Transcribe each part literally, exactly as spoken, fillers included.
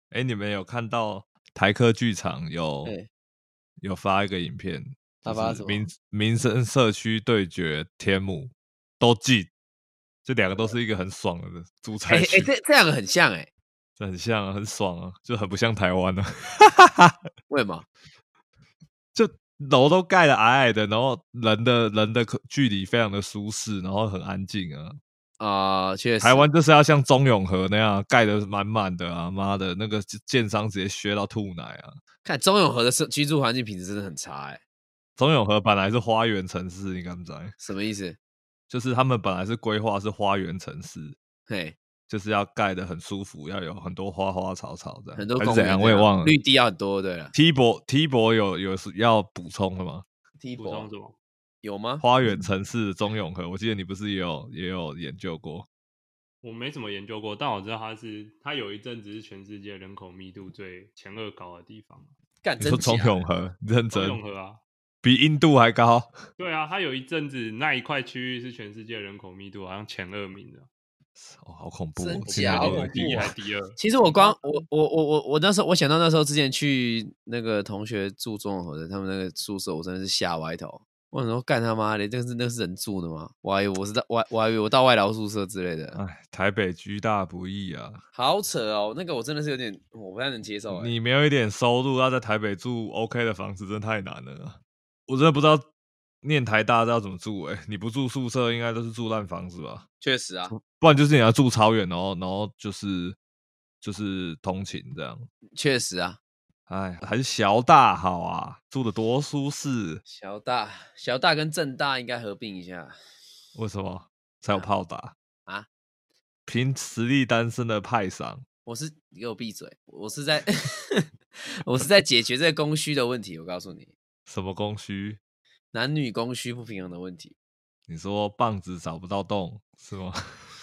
哎，你们有看到台科剧场有、 欸、 有发一个影片， 他发什么？ 民民生社区对决天母都进，这两个都是一个很爽的主菜区。 哎、欸欸、这这两个很像哎、欸， 这很像啊，很爽啊，就很不像台湾啊。 为什么？ 就楼都盖得矮矮的，然后人的人的距离非常的舒适，然后很安静啊。 啊、呃，确实， 台湾就是要像中永和那样盖得满满的啊，妈的，那个建商直接削到吐奶啊！ 看中永和的居住环境品质真的很差哎、欸。 中永和本来是花园城市，你敢不知道？ 什么意思？ 就是他们本来是规划是花园城市， 嘿， 就是要盖得很舒服，要有很多花花草草这样， 很多公园怎样我也忘了， 绿地要很多，对了。 T 博 T 博有有要补充的吗？ 补充什么？有吗？ 花园城市中永和，我记得你不是也有也有研究过？ 我没怎么研究过，但我知道它是它有一阵子是全世界人口密度最前二高的地方。 干， 你说中永和，认真？ 中永和啊， 比印度还高。 对啊，它有一阵子那一块区域是全世界人口密度好像前二名的。 哦，好恐怖、哦！ 真假？好恐怖、哦！还第二。 其实我光我我我我我那时候我想到那时候之前去那个同学住中永和的他们那个宿舍，我真的是吓歪头。我想说干他妈的，这个是那是人住的吗？我还以为我是在外，我还以为我到外劳宿舍之类的。 哎，台北居大不易啊！ 好扯哦，那个我真的是有点我不太能接受、欸。 你没有一点收入，要在台北住 OK 的房子，真的太难了。我真的不知道念台大要怎么住哎、欸，你不住宿舍，应该都是住烂房子吧？ 确实啊， 不然就是你要住超远，然后然后就是就是通勤这样。 确实啊。 哎，还是小大好啊，住的多舒适。 小大，小大跟正大应该合并一下。 为什么？才有炮打啊？ 凭实力单身的派上。 我是给我闭嘴！我是在我是在解决这个供需的问题。我告诉你， 什么供需？ 男女供需不平衡的问题。 你说棒子找不到洞是吗？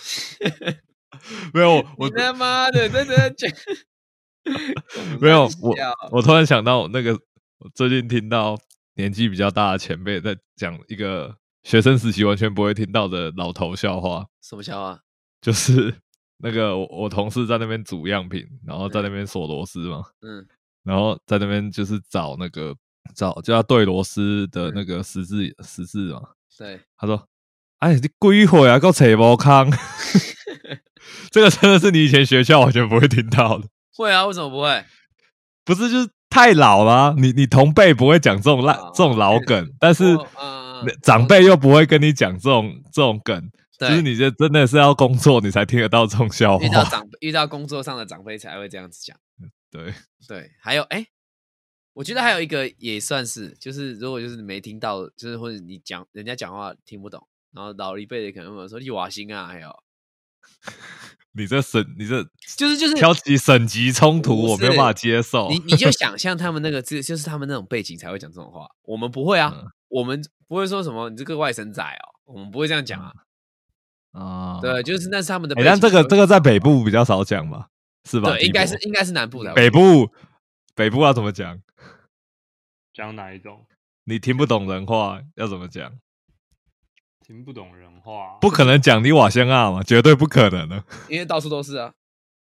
没有，我你他妈的真的讲。 没有，我我突然想到那个，我最近听到年纪比较大的前辈在讲一个学生时期完全不会听到的老头笑话。 什么笑话？ 就是那个 我, 我同事在那边煮样品，然后在那边锁螺丝嘛，嗯，然后在那边就是找那个找就要对螺丝的那个十字、嗯、十字嘛， 对， 他说：“哎，你几岁啊？够找无空。”这个真的是你以前学校完全不会听到的。 会啊，为什么不会？ 不是，就是太老了、啊。你你同辈不会讲这种烂、哦、这种老梗，但是、呃、长辈又不会跟你讲这种这种梗，就是你这真的是要工作你才听得到这种笑话。 遇到长遇到工作上的长辈才会这样子讲。 对对，还有哎、欸，我觉得还有一个也算是，就是如果就是你没听到，就是或者你讲人家讲话听不懂，然后老一辈的可能会说你瓦星啊，还有。 你这省，你这就是就是挑起省级冲突，我没有办法接受。 你你就想象他们那个，就是他们那种背景才会讲这种话，我们不会啊，嗯、我们不会说什么你这个外省仔哦，我们不会这样讲啊。啊、嗯，对，就是那是他们的背景、 欸。但这个这个在北部比较少讲嘛，是吧？ 对，应该是应该是南部的。 北部北部要怎么讲？ 讲哪一种？ 你听不懂人话要怎么讲？ 听不懂人话， 不可能讲你瓦香啊嘛，绝对不可能的， 因为到处都是啊。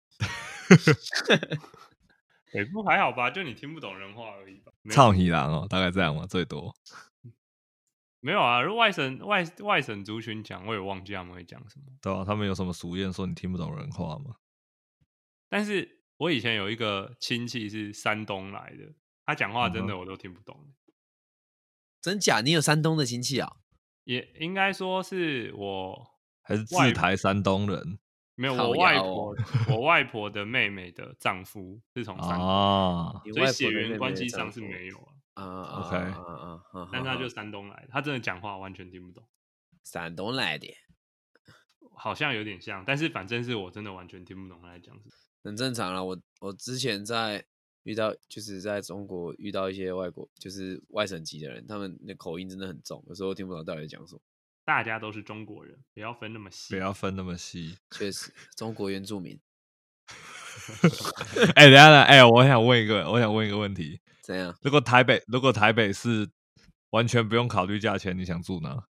北部还好吧，就你听不懂人话而已吧。 操你郎哦，大概这样嘛，最多。 没有啊，如果外省外外省族群讲，我也忘记他们会讲什么。 对啊，他们有什么俗谚说你听不懂人话吗？ 但是我以前有一个亲戚是山东来的，他讲话真的我都听不懂。嗯、 真假？你有山东的亲戚啊？ 也应该说是我还是自台山东人？ 没有，我外婆，我外婆的妹妹的丈夫是从山东，啊、所以血缘关系上是没有啊。 啊 ，OK， 啊啊， 但他就山东来的，他真的讲话完全听不懂。 山东来的， 好像有点像，但是反正是我真的完全听不懂他在讲什么。 很正常啦，我我之前在遇到，就是在中国遇到一些外国，就是外省籍的人，他们的口音真的很重，有时候听不懂到底在讲什么。 大家都是中国人，不要分那么细。 不要分那么细。 确实，中国原住民。 哎、欸，等一下呢，哎、欸，我想问一个，我想问一个问题。 怎样？ 如果台北，如果台北是完全不用考虑价钱，你想住哪？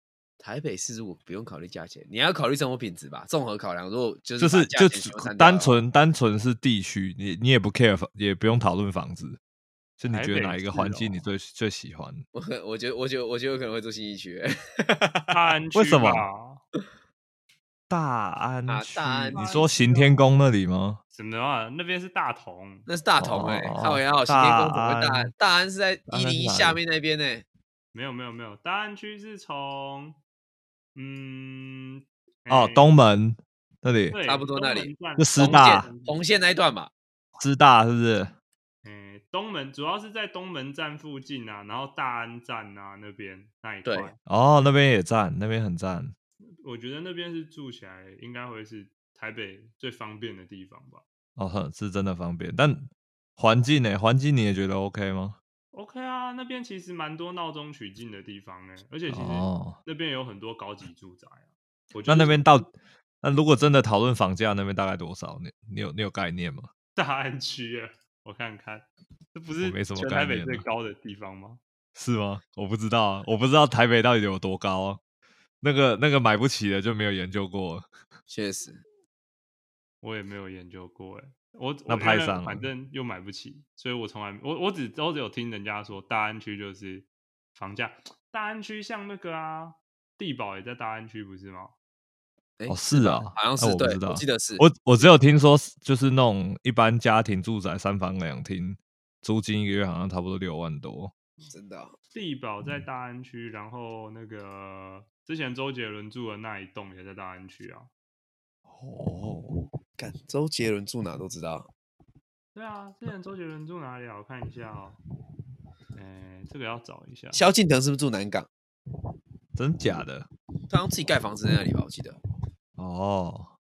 台北市如果不用考虑价钱，你要考虑生活品质吧，综合考量。如果就是就是就单纯单纯是地区，你你也不 care， 也不用讨论房子，就你觉得哪一个环境你最、哦、最喜欢？ 我我觉得我觉得我觉得我可能会住信义区， 大安区为什么？大安区、啊、大安你说行天宫那里吗？ 什么啊？那边是大同， 那是大同哎、欸，看我也好，行天宫怎么会大安？大安是在一零一下面那边呢、欸。 没有没有没有，大安区是从嗯哦东门那里， 差不多那里， 就师大红线那一段吧。 师大是不是？ 嗯，东门主要是在东门站附近啊，然后大安站啊那边那一块。对， 哦，那边也赞，那边很赞。 我觉得那边是住起来应该会是台北最方便的地方吧。 哦，是真的方便，但环境呢？环境你也觉得 OK 吗 ？OK 啊，那边其实蛮多闹中取静的地方呢，而且其实那边有很多高级住宅啊。 哦、那那边到那如果真的讨论房价，那边大概多少？你你有你有概念吗？ 大安区啊，我看看，这不是全台北最高的地方吗？ 是吗？我不知道啊，我不知道台北到底有多高啊。那个那个买不起的就没有研究过。 确实， 我也没有研究过哎。我那派上反正又买不起，所以我从来我我只都只有听人家说大安区就是房价，大安区像那个啊，地堡也在大安区不是吗？ 哦，是啊， 好像是， 我不知道， 我记得是。 我我只有听说，就是那种一般家庭住宅三房两厅，租金一个月好像差不多六万多。 真的、哦， 地堡在大安区，然后那个之前周杰伦住的那一栋也在大安区啊。 哦，干，周杰伦住哪都知道。 对啊，之前周杰伦住哪里啊？我看一下哦。哎，这个要找一下。 萧敬腾是不是住南港？ 真假的？ 他好像自己盖房子在那里吧，我记得。 哦，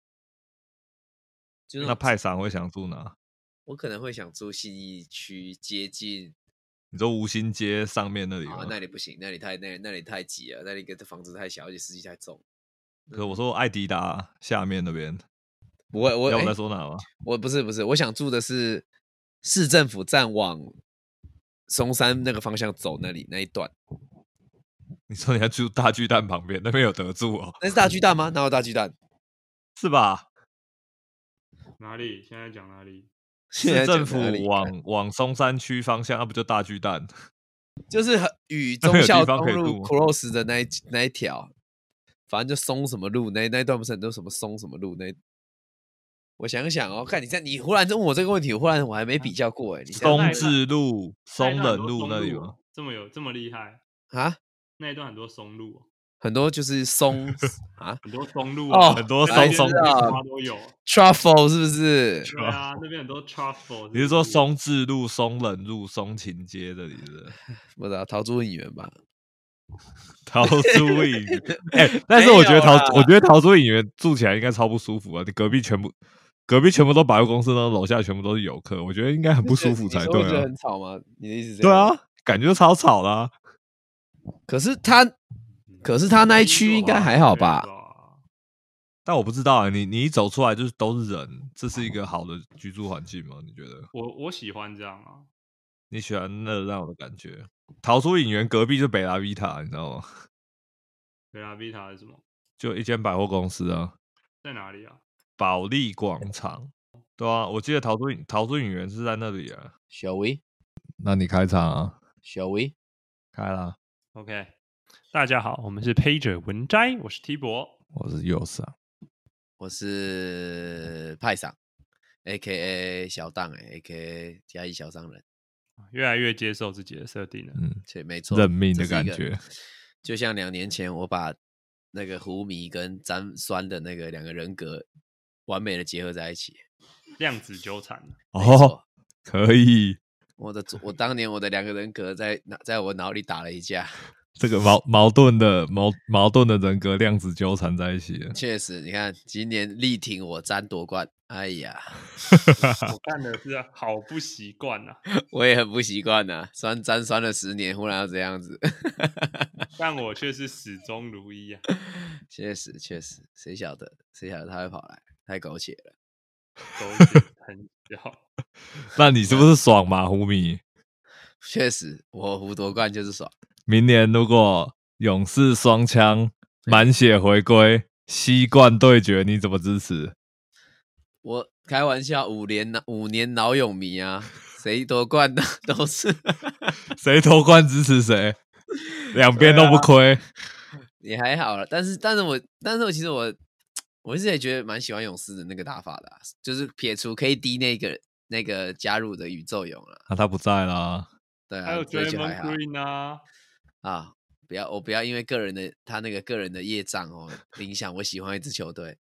那派上会想住哪？ 我可能会想住信义区，接近。 你说吴兴街上面那里吗？ 啊，那里不行，那里太那那里太挤了，那里个房子太小，而且司机太重。 可是我说艾迪达下面那边， 不会，我要我在说哪吗？ 我不是不是，我想住的是市政府站往松山那个方向走那里那一段。 你说你要住大巨蛋旁边，那边有得住哦？ 那是大巨蛋吗？哪有大巨蛋？ 是吧？ 哪里？现在讲哪里？ 市政府往往松山区方向，那、啊、不就大巨蛋？ 就是与忠孝东路 cross 的那一那一条，反正就松什么路那那一段不是很多什么松什么路那？我想想哦，看你在你忽然问我这个问题，忽然我还没比较过哎。 松智路、松仁路那里吗？ 这么有这么厉害啊？ 那一段很多松路、哦。 很多就是松啊， 很多松路哦， 很多松松啊都有 ，truffle 是不是？ 对啊，那边很多 truffle。 你是说松智路、松仁路、松勤街这里的？ 不知道桃竹影园吧？ 桃竹影园，哎、欸，但是我觉得桃，我觉得桃竹影园住起来应该超不舒服啊！你隔壁全部，隔壁全部都百货公司，那楼下全部都是游客，我觉得应该很不舒服才对啊。 你觉得很吵吗？你的意思是？ 对啊，感觉超吵的、啊。 可是他。可是他那一区应该还好吧？ 但我不知道啊，你你一走出来就是都是人，这是一个好的居住环境吗？你觉得？ 我我喜欢这样啊， 你喜欢那让我的感觉。桃竹影园隔壁就北拉维塔，你知道吗？ 北拉维塔是什么？ 就一间百货公司啊。 在哪里啊？ 保利广场。对啊，我记得桃竹影桃竹影园是在那里啊。 小薇， 那你开场啊？ 小薇， 开啦。 OK。大家好，我们是 Pager 文摘，我是 T 博， 我是右上， 我是派上 ，A K A 小档哎 ，A K A 嘉义小商人， 越来越接受自己的设定了， 嗯， 对，没错， 认命的感觉， 就像两年前我把那个胡迷跟詹酸的那个两个人格完美的结合在一起， 量子纠缠， 哦，可以， 我的我当年我的两个人格在在我脑里打了一架。 这个矛矛盾的矛矛盾的人格量子纠缠在一起了。 确实，你看今年力挺我詹夺冠，哎呀， 我看的是好不习惯呐， 我也很不习惯呐，酸詹酸了十年，忽然要这样子， 但我却是始终如一啊。 确实，确实，谁晓得，谁晓得他会跑来，太苟且了， 苟且很小。 那你是不是爽嘛，胡迷？ 确实，我胡夺冠就是爽。 明年如果勇士双枪满血回归，西冠对决，你怎么支持？ 我开玩笑，五年五年老勇迷啊，谁夺冠的都是谁夺冠支持谁，两边都不亏。 也还好了，但是但是我但是我其实我我一直也觉得蛮喜欢勇士的那个打法的、啊，就是撇除 K D 那个那个加入的宇宙勇了、啊， 那、啊、他不在啦。 对啊， 还有 Draymond Green 啊， 啊，不要我不要因为个人的他那个个人的业障哦，影响我喜欢一支球队。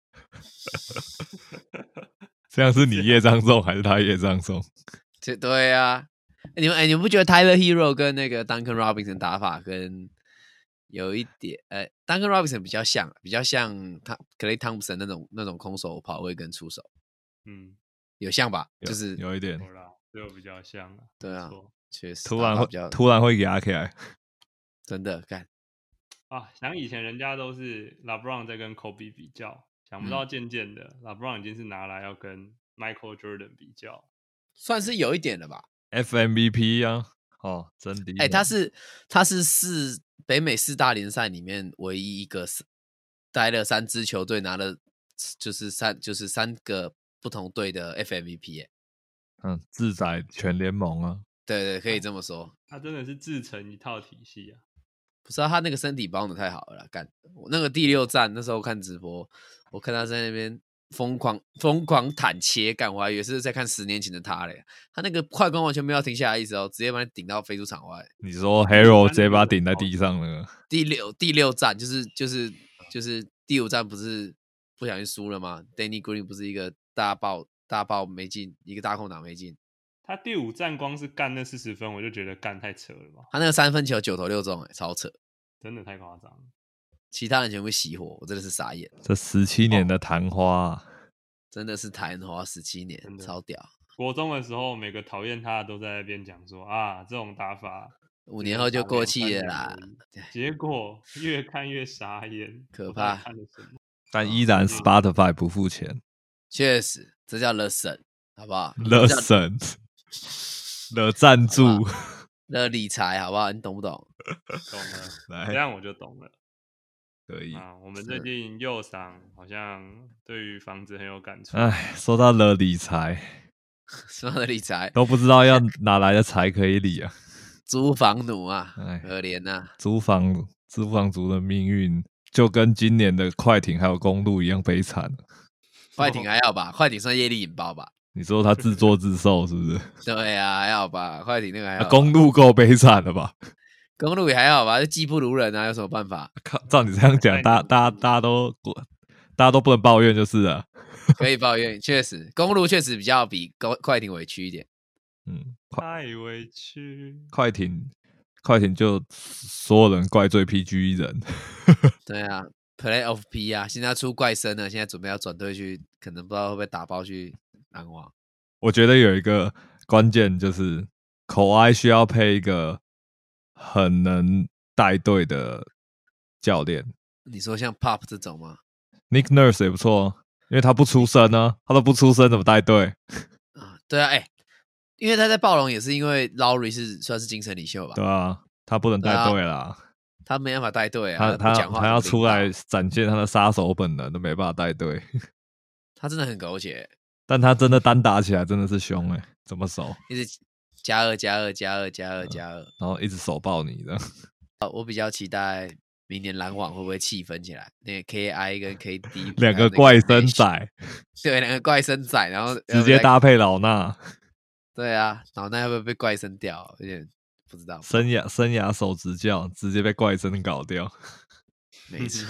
这样是你业障重还是他业障重？ 这对啊，欸、你们哎、欸，你们不觉得 Tyler Hero 跟那个 Duncan Robinson 打法跟有一点呃、欸、，Duncan Robinson 比较像，比较像他 Klay Thompson 那种那种空手跑位跟出手， 嗯， 有像吧？就是有一点， 有啦，就比较像了。 对啊，确实， 突然会突然会压起来， 真的干啊！想以前人家都是 LeBron 在跟 Kobe 比较，想不到渐渐的、嗯、LeBron 已经是拿来要跟 Michael Jordan 比较， 算是有一点了吧 ？F M V P 啊，哦，真的， 哎、欸，他是他是四北美四大联赛里面唯一一个待了三支球队拿了就是三就是三个不同队的 F M V P 哎、欸， 嗯，自宰全联盟啊， 对对，可以这么说， 他真的是自成一套体系啊。 不是啊，他那个身体包的太好了啦，干我那个第六站那时候看直播，我看他在那边疯狂疯狂坦切，干我还以为是在看十年前的他嘞，他那个快攻完全没有停下来的意思哦，直接把你顶到飞出场外。 你说 Hero 直接把他顶在地上了？ 第六第六站就是就是就是第五站不是不小心输了吗 ？Danny Green 不是一个大爆大爆没进，一个大空档没进。 他第五站光是干那四十分，我就觉得干太扯了吧。 他那个三分球九投六中、欸，超扯， 真的太夸张了。 其他人全部熄火，我真的是傻眼。 这十七年的昙花、啊哦， 真的是昙花十七年，超屌。 国中的时候，每个讨厌他的都在那边讲说啊，这种打法五年后就过气了啦。 结果越看越傻眼， 可怕。 看了什么？ 但依然 Spotify 不付钱， 确实，这叫了神，好不好？ 了神。了赞助， 了理财，好不好？你懂不懂？ 懂了，这样我就懂了。 可以啊，我们最近右赏好像对于房子很有感触。 哎，说到了理财， 说到理财， 都不知道要哪来的财可以理啊！ 租房奴啊， 哎， 可怜呐、啊！ 租房租房族的命运就跟今年的快艇还有公路一样悲惨。 快艇还好吧？快艇算业力引爆吧？ 你说他自作自受是不是？ 对啊，还好吧？快艇那个还好、啊。 公路够悲惨了吧？ 公路也还好吧？就技不如人啊，有什么办法？ 靠，照你这样讲，大家大家大家都大家都不能抱怨就是了。 可以抱怨，确实，公路确实比较比快艇委屈一点。 嗯， 太委屈。 快艇快艇就所有人怪罪 P G 人。 对啊。Play of P 啊，现在出怪声了，现在准备要转队去，可能不知道会不会打包去篮网。 我觉得有一个关键就是口埃需要配一个很能带队的教练。 你说像 Pop 这种吗 ？Nick Nurse 也不错，因为他不出声呢，他都不出声，怎么带队？ 啊，对啊，哎、欸，因为他在暴龙也是因为 Lowry 是算是精神领袖吧？ 对啊，他不能带队啦。 他没办法带队啊， 他他他要出来展现他的杀手本能，都没办法带队。 他真的很苟且， 但他真的单打起来真的是凶哎、欸，怎么守？ 一直加二加二加二加二加二， 然后一直手爆你的。 我比较期待明年篮网会不会气氛起来？那个 K I 跟 K D 两个怪声仔， 对，两个怪声仔，然后直接搭配老衲。 对啊，老衲会不会被怪声掉？有点。不知道， 生涯生涯手执教直接被怪声搞掉， 没错。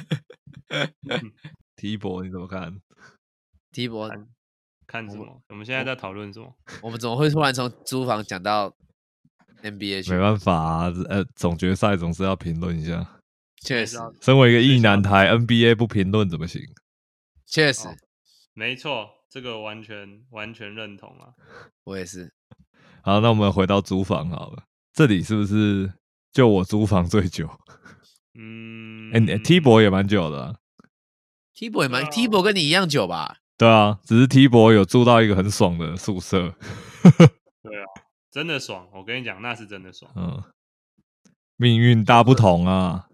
T 博你怎么看 ？T 博看, 看什么？我们现在在讨论什么？ 我们怎么会突然从租房讲到 N B A 去？ 没办法啊，呃，总决赛总是要评论一下。 确实， 身为一个意男台 ，N B A 不评论怎么行？ 确实、哦， 没错，这个完全完全认同啊。 我也是。 好，那我们回到租房好了。这里是不是就我租房最久？ 嗯， 哎、欸、，T 博也蛮久的、啊、 ，T 博也蛮、啊、，T 博跟你一样久吧？ 对啊，只是 T 博有住到一个很爽的宿舍。 对啊，真的爽！我跟你讲，那是真的爽。 嗯，命运大不同啊。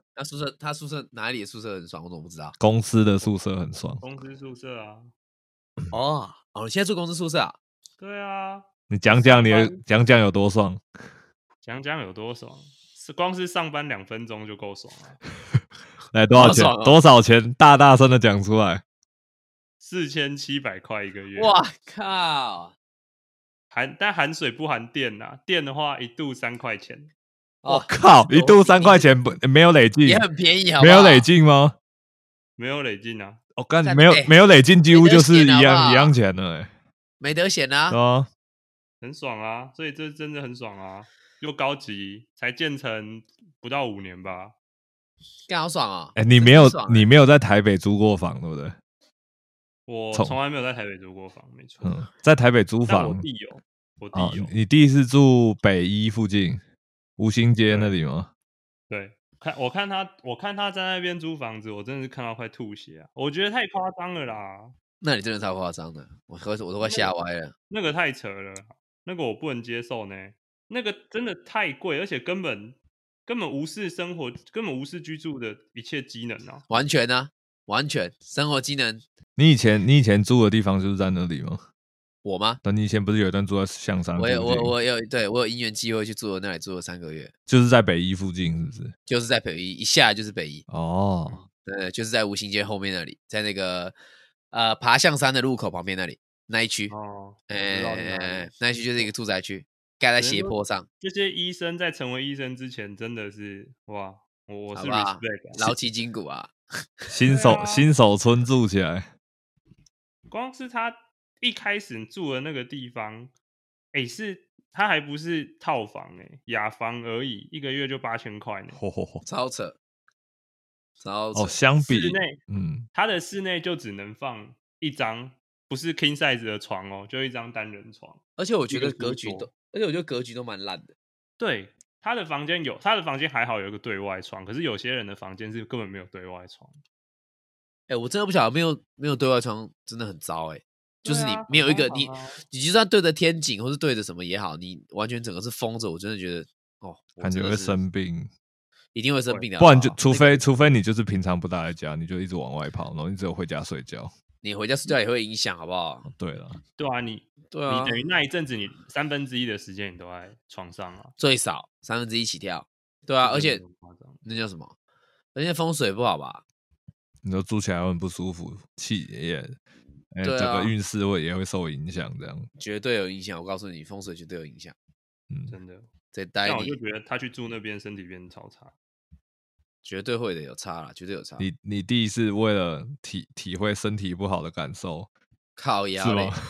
他宿舍他宿舍哪里的宿舍很爽？我怎么不知道？ 公司的宿舍很爽。 公司宿舍啊。 哦哦，你现在住公司宿舍啊？ 对啊。 你讲讲你的讲讲有多爽？ 讲讲有多爽？是光是上班两分钟就够爽了。 来多少钱？ 哦、 多少钱？大大声的讲出来。 四千七百块一个月。 哇靠！ 含但含水不含电呐、啊，电的话一度三块钱。 我、哦、靠，一度三块钱不没有累进， 也很便宜好不好， 没有累进吗？ 没有累进啊。 我、哦、干没有、欸、没有累进，几乎就是一样好好一样钱了、欸， 没得选啊。 啊， 很爽啊，所以这真的很爽啊，又高级，才建成不到五年吧。 干好爽啊！ 哎、欸，你没有、欸、你没有在台北租过房，对不对？ 我从来没有在台北租过房，没错。 嗯，在台北租房， 我弟有，我弟有。 哦、你弟是住北一附近，吴兴街那里吗？ 对，看我看他，我看他在那边租房子，我真的是看到快吐血啊！我觉得太夸张了啦。 那你真的超夸张的，我我都快吓歪了、 那個。那个太扯了，那个我不能接受呢。那个真的太贵，而且根本根本无视生活，根本无视居住的一切机能啊！ 完全啊，完全生活机能。 你以前你以前住的地方就是在那里吗？ 我吗？ 但你以前不是有一段住在象山附近？ 我有我我有对我有因缘机会去住了那里住了三个月， 就是在北一附近，是不是？ 就是在北一，一下来就是北一。 哦， 对，就是在吴兴街后面那里，在那个呃爬象山的路口旁边那里那一区。 哦， 哎、欸，那一区就是一个住宅区，盖在斜坡上。 这些医生在成为医生之前，真的是哇，我我是 respect， 劳其筋骨啊， 新手、啊、新手村住起来， 光是他一开始住的那个地方，哎、欸，是他还不是套房哎、欸，雅房而已，一个月就八千块呢， 超扯，超扯。 哦，相比室内， 嗯， 他的室内就只能放一张不是 king size 的床哦，就一张单人床， 而且我觉得格局都，而且我觉得格局都蛮烂的。 对，他的房间有，他的房间还好有一个对外窗，可是有些人的房间是根本没有对外窗。 哎、欸，我真的不晓得没有没有对外窗真的很糟哎、欸，就是你没有一个、 啊、 你你就算对着天井或是对着什么也好，你完全整个是封着，我真的觉得哦， 感觉会生病， 一定会生病的。 不然就除非、那個、除非你就是平常不待在家，你就一直往外跑，然后你只有回家睡觉。 你回家睡觉也会影响，好不好？ 对了， 对啊，你对啊， 你等于那一阵子你三分之一的时间你都在床上啊， 最少三分之一起跳。对啊，而且那叫什么？而且风水不好吧？ 你都住起来会很不舒服，气也，哎、欸，整、啊、个运势会也会受影响，这样绝对有影响。我告诉你，风水绝对有影响。 嗯， 真的。 在待你， 我就觉得他去住那边，身体变超差。 绝对会的，有差啦，绝对有差。 你你第一次为了体体会身体不好的感受， 靠腰是吗？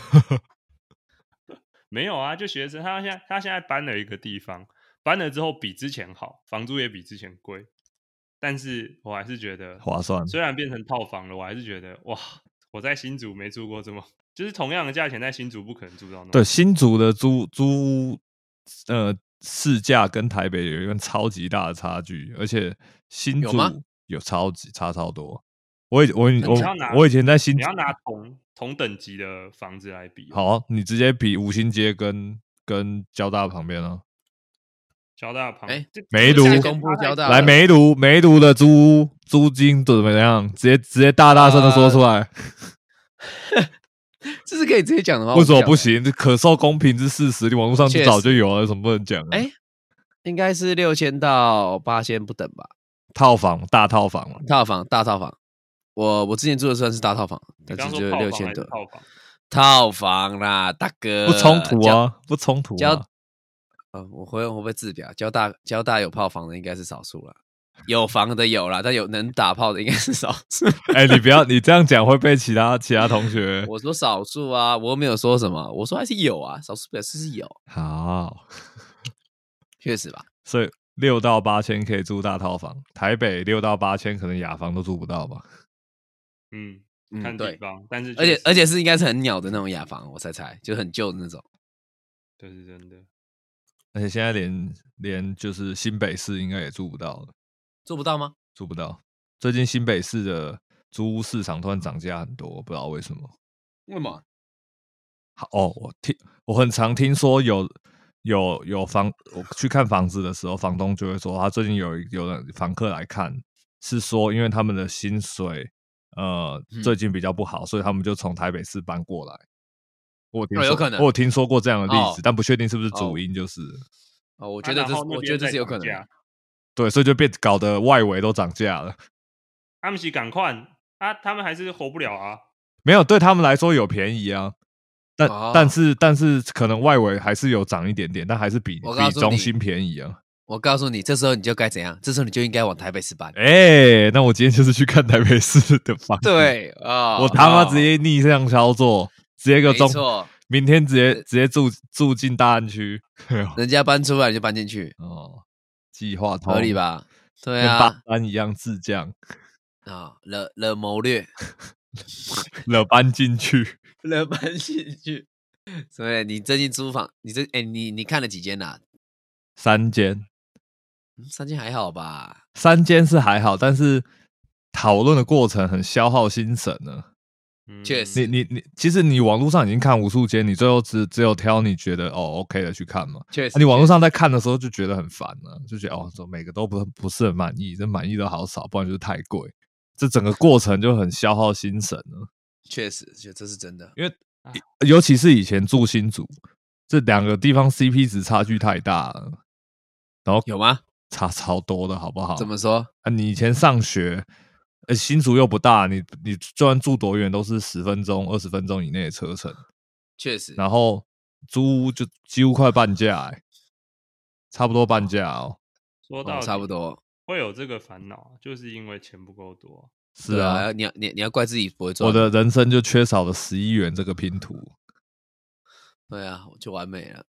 没有啊，就学生他现在他现在搬了一个地方，搬了之后比之前好，房租也比之前贵，但是我还是觉得划算。 虽然变成套房了，我还是觉得哇，我在新竹没住过这么，就是同样的价钱，在新竹不可能住到那。 对，新竹的租租呃市价跟台北有一个超级大的差距，而且新竹有超级差超多。我以我我我以前在新竹， 你要拿同同等级的房子来比、 哦。好、啊，你直接比五星街跟跟交大旁边啊。 交大旁边， 梅毒公布交大来梅毒梅毒的租租金怎么样？直接直接大大声的说出来。 呃、这是可以直接讲的吗？ 为什么不行？可受公平之事实，你网络上就早就有了，有什么不能讲、啊？ 哎、欸，应该是六千到八千不等吧？ 套房大套房嘛， 套房大套房。我我之前住的算是大套房，但是就六千多。 套房套房啦，大哥， 不冲突啊，不冲突、啊。 交呃，我会我会自表，交大交大有炮房的应该是少数啦，有房的有啦，但有能打炮的应该是少数。 哎、欸，你不要你这样讲会被其他其他同学。 我说少数啊，我又没有说什么，我说还是有啊，少数表示是有。 好， 确实吧。 所以六到八千可以住大套房，台北六到八千可能雅房都住不到吧。 嗯，看地方，嗯、但是而且而且是应该是很鸟的那种雅房，我猜猜，就很旧的那种。 这是真的。 而且现在连连就是新北市应该也住不到了。 住不到吗？ 住不到。最近新北市的租屋市场突然涨价很多，我不知道为什么。 为什么？ 哦，我听我很常听说有有有房，我去看房子的时候，房东就会说他最近有有人房客来看， 是说，因为他们的薪水呃、嗯、最近比较不好，所以他们就从台北市搬过来。我有听说、哦、有可能，我有听说过这样的例子，哦、但不确定是不是主因，就是。 哦，我觉得这，我觉得这是有可能的。 对，所以就变搞得外围都涨价了。 他们是赶快啊，他们还是活不了啊。 没有，对他们来说有便宜啊，但、哦、但是但是可能外围还是有涨一点点，但还是比比中心便宜啊。 我告诉你，这时候你就该怎样？这时候你就应该往台北市搬。 哎、欸，那我今天就是去看台北市的房子。 对啊， 哦、我他妈直接逆向操作，直接个中，明天直接直接住住进大安区。 人家搬出来你就搬进去。 哦，计划通合理吧？对啊， 跟搬一样自降啊，了了谋略， 了搬进去， 了搬进去。所以你最近租房，你这哎、欸，你你看了几间啦、啊？ 三间。 三间还好吧？ 三间是还好，但是讨论的过程很消耗心神呢。 确实， 你你你，其实你网络上已经看无数间，你最后只只有挑你觉得哦 OK 的去看嘛。 确实、 啊，你网络上在看的时候就觉得很烦了、啊，就觉得哦，每个都不不是很满意，这满意的好少，不然就是太贵。这整个过程就很消耗心神了。 确实，这是真的， 因为尤其是以前住新竹，这两个地方 C P 值差距太大了。然后有吗？ 差超多的好不好？ 怎么说啊？你以前上学，呃，新竹又不大，你你就算住多远都是十分钟、二十分钟以内的车程， 确实。 然后租屋就几乎快半价、欸，差不多半价哦。 说到、 哦、差不多会有这个烦恼，就是因为钱不够多。 是啊， 啊你要你你要怪自己不会赚。 我的人生就缺少了十一元这个拼图。 对啊，就完美了。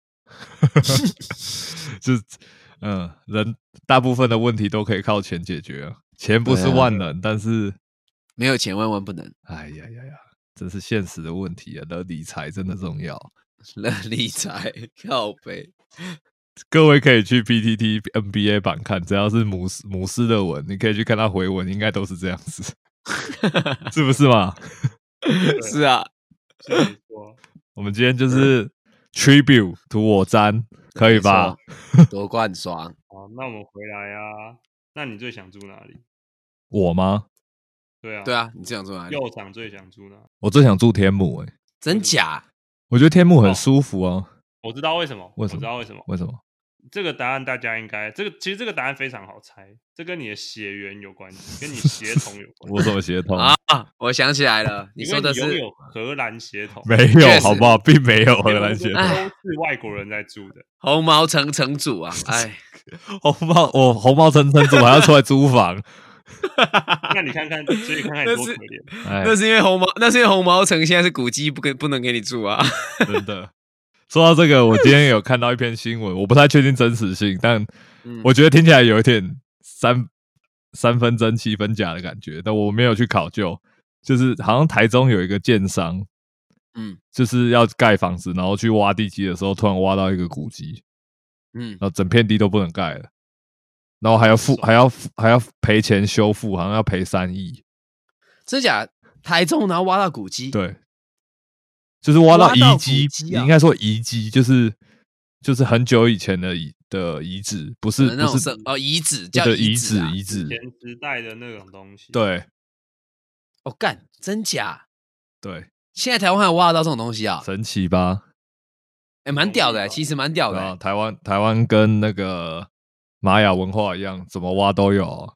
就嗯，人大部分的问题都可以靠钱解决啊。钱不是万能，啊、但是没有钱万万不能。 哎呀呀呀，这是现实的问题啊！而理财真的重要。 理财靠北， 各位可以去 P T T N B A 版看，只要是姆斯姆斯的文，你可以去看他回文，应该都是这样子，是不是嘛？ 是啊， 是没错。 我们今天就是 tribute to 我詹，可以吧？ 夺冠爽。 好，那我们回来啊。那你最想住哪里？ 我吗？ 对啊， 对啊，你最想住哪里？ 右场最想住哪里？ 我最想住天母、欸，哎， 真假？ 我觉得天母很舒服啊。 哦、我知道为什么， 为什么？ 我知道为什么？ 为什么？ 这个答案大家应该，这个其实这个答案非常好猜，这跟你的血缘有关系，跟你血统有关系。 我怎么血统啊？我想起来了，你说的是因为你拥有荷兰血统， 没有好不好？并没有荷兰血统， 都是外国人在住的。 红毛城城主啊，哎， 红毛我红毛城城主还要出来租房。 那你看看，所以看看你多可怜。 那是因为红毛，那是因为红毛城现在是古迹，不跟不能给你住啊。 真的。说到这个，我今天有看到一篇新闻，我不太确定真实性，但我觉得听起来有一点三三分真七分假的感觉，但我没有去考究。就是好像台中有一个建商，嗯，就是要盖房子，然后去挖地基的时候，突然挖到一个古迹，嗯，然后整片地都不能盖了，然后还要付还要还要赔钱修复，好像要赔三亿。 真假？台中然后挖到古迹？ 对。就是挖到遗迹，啊、应该说遗迹，就是就是很久以前的遗的遗址，不是不是哦遗址叫遗址遗址， 以前时代的那种东西。 对， 哦干，真假？ 对， 现在台湾还有挖得到这种东西啊？ 神奇吧？ 哎、欸，蛮屌的，其实蛮屌的、 啊。台湾台湾跟那个玛雅文化一样，怎么挖都有、哦，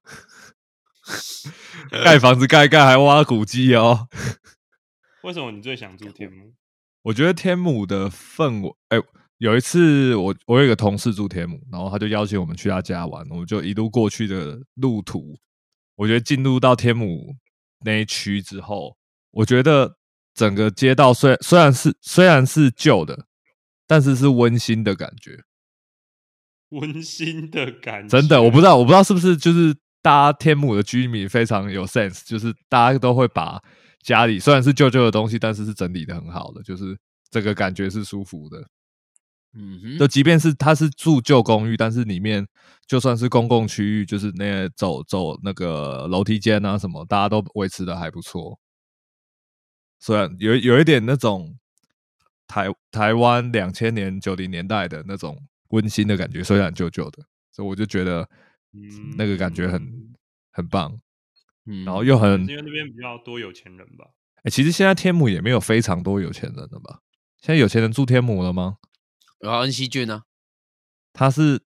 盖房子盖盖还挖古迹哦。 为什么你最想住天母？ 我觉得天母的氛围，哎、欸，有一次我我有一个同事住天母，然后他就邀请我们去他家玩，我们就一路过去的路途，我觉得进入到天母那一区之后，我觉得整个街道虽虽然是虽然是旧的，但是是温馨的感觉， 温馨的感觉， 真的，我不知道，我不知道是不是就是大家天母的居民非常有 sense， 就是大家都会把家里虽然是旧旧的东西，但是是整理的很好的，就是这个感觉是舒服的。嗯哼，就即便是他是住旧公寓，但是里面就算是公共区域，就是那些走走那个楼梯间啊什么，大家都维持的还不错。虽然有有一点那种台台湾两千年九零年代的那种温馨的感觉，虽然旧旧的，所以我就觉得那个感觉很很棒， 嗯， 然后又很因为那边比较多有钱人吧。 哎、欸，其实现在天母也没有非常多有钱人了吧？现在有钱人住天母了吗？ 有恩熙俊啊， 他是，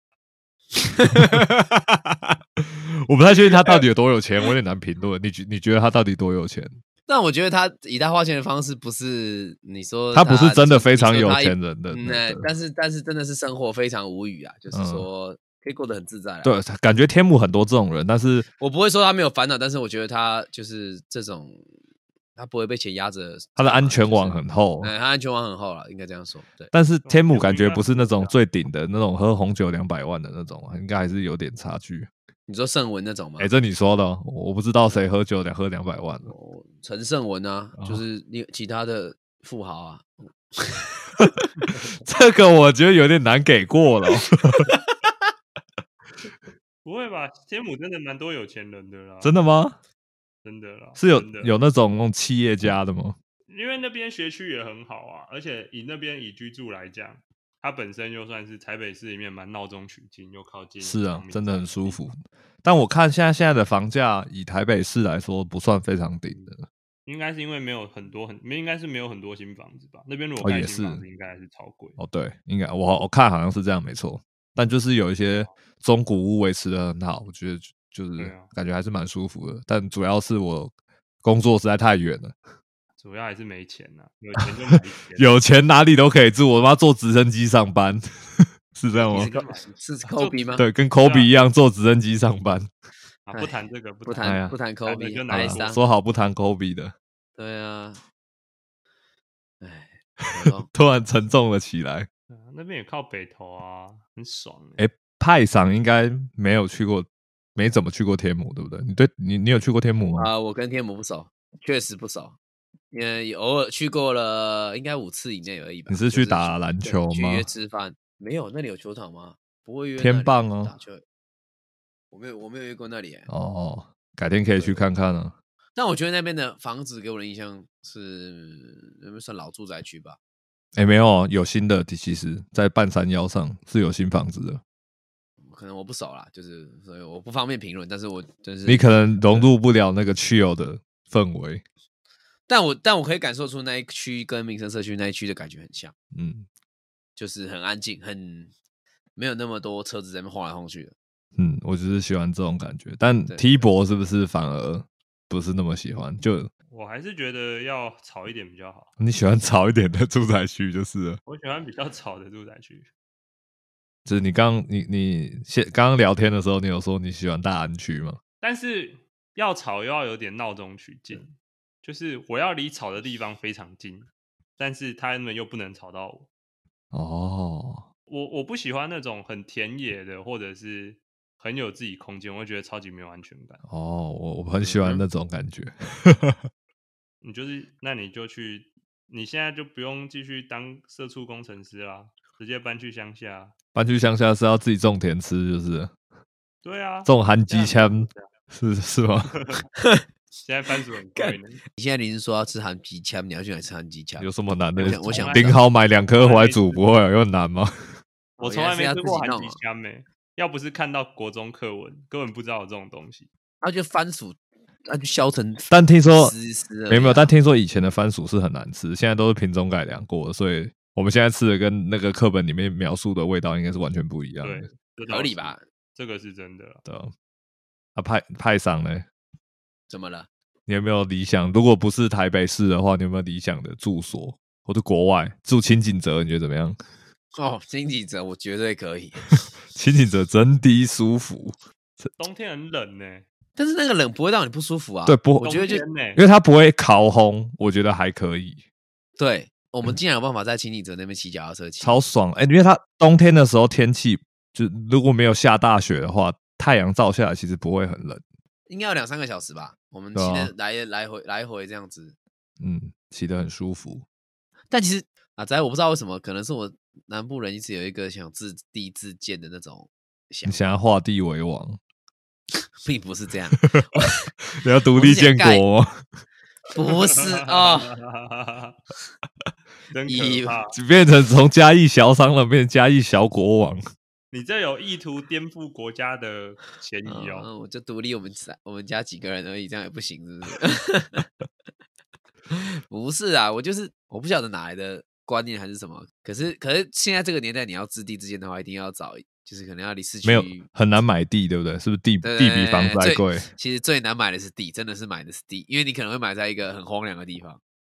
我不太确定他到底有多有钱，我有点难评论。你觉你觉得他到底多有钱？ 但我觉得他以他花钱的方式，不是你说他不是真的非常有钱人的， 嗯，但是但是真的是生活非常无语啊，就是说可以过得很自在啦。 对，感觉天母很多这种人，但是我不会说他没有烦恼，但是我觉得他就是这种。他不会被钱压着， 他的安全网很厚， 嗯，他安全网很厚了，应该这样说。对， 但是天母感觉不是那种最顶的那种喝红酒两百万的那种，应该还是有点差距。 你说盛文那种吗？ 哎、欸，这你说的，我不知道谁喝酒两喝两百万。 哦，陈盛文啊，哦、就是你其他的富豪啊。 这个我觉得有点难给过了。 不会吧？天母真的蛮多有钱人的啦。 真的吗？ 真的啦， 是有有那种那种企业家的吗？ 因为那边学区也很好啊，而且以那边以居住来讲，它本身就算是台北市里面蛮闹中取静，又靠近。 是啊，真的很舒服。但我看现在现在的房价，以台北市来说，不算非常顶的。 应该是因为没有很多很，应该是没有很多新房子吧？那边如果盖新房子，应该还是超贵。 哦，对，应该我我看好像是这样，没错。但就是有一些中古屋维持的很好，我觉得。就是感觉还是蛮舒服的，但主要是我工作实在太远了， 主要还是没钱呐、啊，有钱就没钱， 有钱哪里都可以住，我妈坐直升机上班，是这样吗？ 是 Kobe 吗？ 对，跟 Kobe 一样坐直升机上班。 啊，不谈这个， 不谈不谈 Kobe， 哎啊、说好不谈 Kobe 的。 对啊，哎， 突然沉重了起来。 啊、那边也靠北投啊，很爽哎、欸，派桑应该没有去过。没怎么去过天母，对不对？你对你你有去过天母吗？ 啊、呃，我跟天母不熟，确实不熟，因为偶尔去过了，应该五次以内而已吧。 你是去打篮球吗？ 去约吃饭？没有，那里有球场吗？不会约天棒哦。 打球，我没有，我没有约过那里、欸。 哦，改天可以去看看啊。 但我觉得那边的房子给我的印象是，那边算老住宅区吧。 哎、欸，没有，有新的，其实在半山腰上是有新房子的。 可能我不熟啦，就是所以我不方便评论，但是我就是你可能融入不了那个chill的氛围， 但我但我可以感受出那一区跟民生社区那一区的感觉很像， 嗯， 就是很安静，很没有那么多车子在那边晃来晃去的， 嗯，我只是喜欢这种感觉，但 T 博是不是反而不是那么喜欢？就我还是觉得要吵一点比较好。 你喜欢吵一点的住宅区就是了， 我喜欢比较吵的住宅区。 就是你刚你你现刚刚聊天的时候，你有说你喜欢大安区吗？ 但是要吵又要有点闹中取静，就是我要离吵的地方非常近，但是他们又不能吵到我。 哦， 我我不喜欢那种很田野的，或者是很有自己空间，我会觉得超级没有安全感。 哦，我我很喜欢那种感觉。 你就是那你就去，你现在就不用继续当社畜工程师啦，直接搬去乡下。 搬去乡下是要自己种田吃，就是对啊， 种含机枪是是吗？ 现在番薯很贵呢。 你现在你是说要吃含机枪，你要去哪吃含机枪？ 有什么难的？ 我想，我想顶好买两颗回来煮，不会有难吗？ 我从来没吃过含机枪诶，要不是看到国中课文，根本不知道有这种东西。 那就番薯，那就削成， 但听说没有没有？但听说以前的番薯是很难吃，现在都是品种改良过的，所以我们现在吃的跟那个课本里面描述的味道应该是完全不一样的。 对， 合理吧？ 这个是真的。 对啊，啊派派上呢？ 怎么了？ 你有没有理想？如果不是台北市的话，你有没有理想的住所或者国外住清景泽？你觉得怎么样？ 哦，清景泽我绝对可以。 清景泽真的舒服， 冬天很冷呢、欸， 但是那个冷不会让你不舒服啊。 对，不， 我觉得就因为它不会烤烘，我觉得还可以。 对，我们竟然有办法在清景泽那边骑脚踏车骑， 超爽！哎、欸，因为它冬天的时候天气就如果没有下大雪的话，太阳照下来其实不会很冷， 应该有两三个小时吧。我们骑的来、啊、来回来回这样子， 嗯，骑得很舒服。 但其实啊，在我不知道为什么，可能是我南部人一直有一个想自地自建的那种想， 你想要画地为王， 并不是这样。 你要独立建国吗？ 不是啊， 真可怕！ 变成从嘉义小商人变成嘉义小国王。 你这有意图颠覆国家的嫌疑哦。 嗯，我就独立我们我们家几个人而已，这样也不行，是不是？不是啊，我就是我不晓得哪来的观念还是什么，可是可是现在这个年代，你要置地之间的话，一定要找，就是可能要离市区没有很难买地，对不对？是不是地对地比房子还贵？ 其实最难买的是地，真的是买的是地，因为你可能会买在一个很荒凉的地方，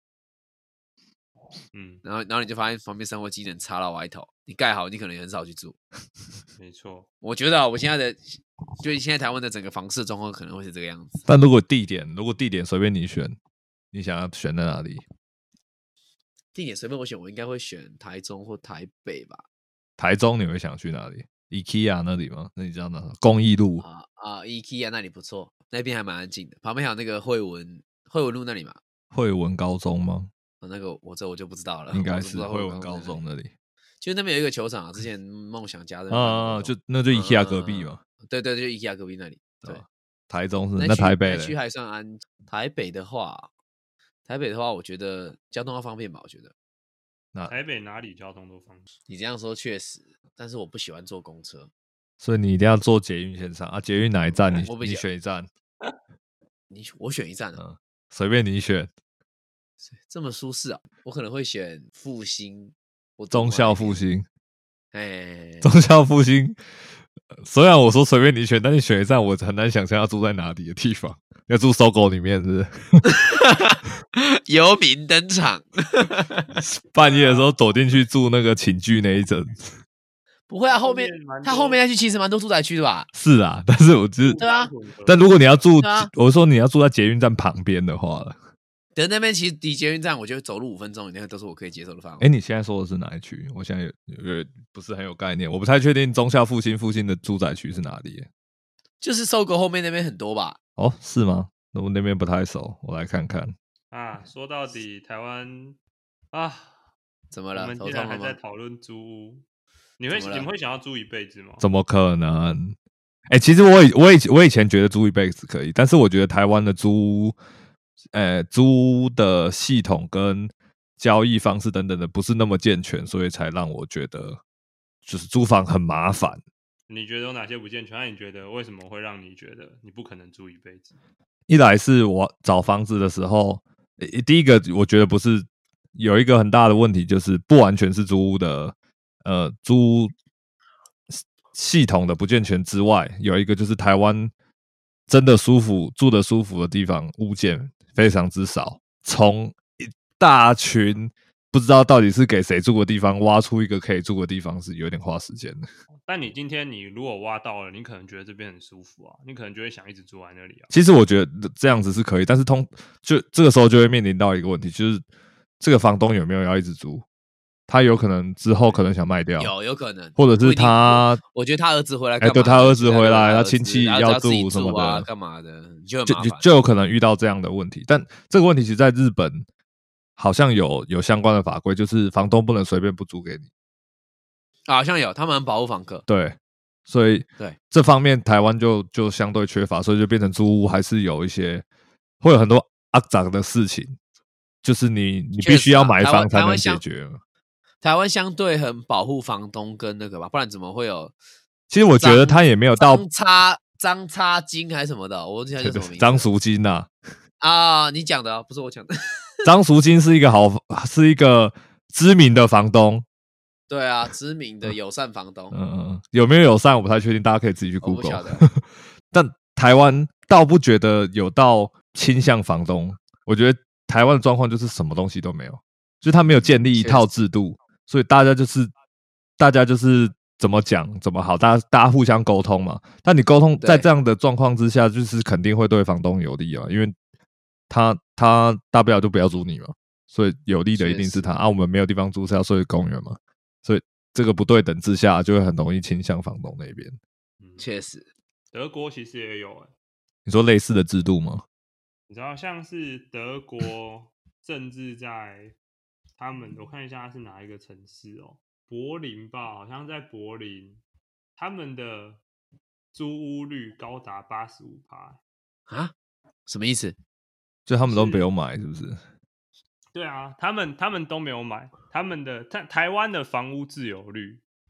嗯，然后然后你就发现旁边生活机能差到歪头，你盖好，你可能也很少去住。 没错， 我觉得、啊、我现在的就现在台湾的整个房市状况可能会是这个样子。 但如果地点，如果地点随便你选，你想要选在哪里？ 地点随便我选，我应该会选台中或台北吧。 台中你会想去哪里 ？IKEA 那里吗？那你知道哪？公益路啊啊 ，IKEA 那里不错，那边还蛮安静的。旁边还有那个惠文惠文路那里嘛？ 惠文高中吗？ 哦、那个我这我就不知道了， 应该是惠文高中那里。 就那边有一个球场啊，之前梦想家的啊，就那就 IKEA 隔壁嘛。 嗯、对对，就 IKEA 隔壁那里。对， 台中是那台北那区还算安。台北的话，台北的话，我觉得交通要方便吧，我觉得。 那台北哪里交通都方便？ 你这样说确实，但是我不喜欢坐公车， 所以你一定要坐捷运线上啊。捷运哪一站你你选一站？ 你我选一站啊， 嗯，随便你选。 这么舒适啊，我可能会选复兴。 忠孝复兴， 哎， 忠孝复兴。虽然我说随便你选，但你选一站，我很难想象要住在哪里的地方。要住SOGO里面是不是？ 游民登场， 半夜的时候躲进去住那个寝具那一阵。 不会啊，后面他后面那区其实蛮多住宅区的吧？ 是啊，但是我只对啊， 但如果你要住，啊、我说你要住在捷运站旁边的话了。 的那边其实离捷运站，我觉得走路五分钟以内都是我可以接受的范围。 哎，你现在说的是哪一区？我现在有有不是很有概念，我不太确定忠孝复兴附近的住宅区是哪里。 就是 SOGO 后面那边很多吧？ 哦，是吗？我那边不太熟，我来看看。 啊，说到底，台湾啊， 怎么了？ 我们竟然还在讨论租屋，你会你们会想要租一辈子吗？ 怎么可能？哎，其实我以我以我以前觉得租一辈子可以，但是我觉得台湾的租屋。呃，租的系统跟交易方式等等的不是那么健全，所以才让我觉得就是租房很麻烦。 你觉得有哪些不健全？那你觉得为什么会让你觉得你不可能租一辈子？ 一来是我找房子的时候，第一个我觉得不是有一个很大的问题，就是不完全是租屋的呃租系统的不健全之外，有一个就是台湾真的舒服住的舒服的地方物件非常之少，从一大群不知道到底是给谁住的地方挖出一个可以住的地方是有点花时间的。 但你今天你如果挖到了，你可能觉得这边很舒服啊，你可能就会想一直住在那里啊。 其实我觉得这样子是可以，但是通就这个时候就会面临到一个问题，就是这个房东有没有要一直租？他有可能之后可能想卖掉， 有有可能， 或者是他， 我, 我觉得他儿子回来干嘛， 哎，对他儿子回来， 他亲戚要住什么的， 啊、干嘛的，就就就有可能遇到这样的问题。但这个问题其实在日本好像有有相关的法规，就是房东不能随便不租给你。 啊、好像有，他们很保护房客。 对，所以对这方面台湾就就相对缺乏，所以就变成租屋还是有一些会有很多肮脏的事情，就是你你必须要买房才能解决。 台湾相对很保护房东跟那个吧，不然怎么会有？ 其实我觉得他也没有到张差张差金还是什么的，我忘记他叫什么名字。 张赎金呐？ 啊，你讲的不是我讲的。 张赎金是一个好，是一个知名的房东。 对啊，知名的友善房东。 嗯嗯，有没有友善我不太确定，大家可以自己去 Google。 我不晓得。 但台湾倒不觉得有到倾向房东，我觉得台湾的状况就是什么东西都没有，就是他没有建立一套制度。所以大家就是大家就是怎么讲怎么好，大家大家互相沟通嘛。但你沟通在这样的状况之下，就是肯定会对房东有利啊，因为他他大不了就不要租你嘛，所以有利的一定是他啊。我们没有地方租是要睡公园嘛，所以这个不对等之下，就会很容易倾向房东那边。 确实， 德国其实也有、欸、 你说类似的制度吗？ 你知道像是德国政治在。他们我看一下是哪一个城市哦，柏林吧，好像在柏林，他们的租屋率高达 百分之八十五啊？什么意思？ 就他们都没有买，是不是？ 对啊，他们他们都没有买，他们的台台湾的房屋自有率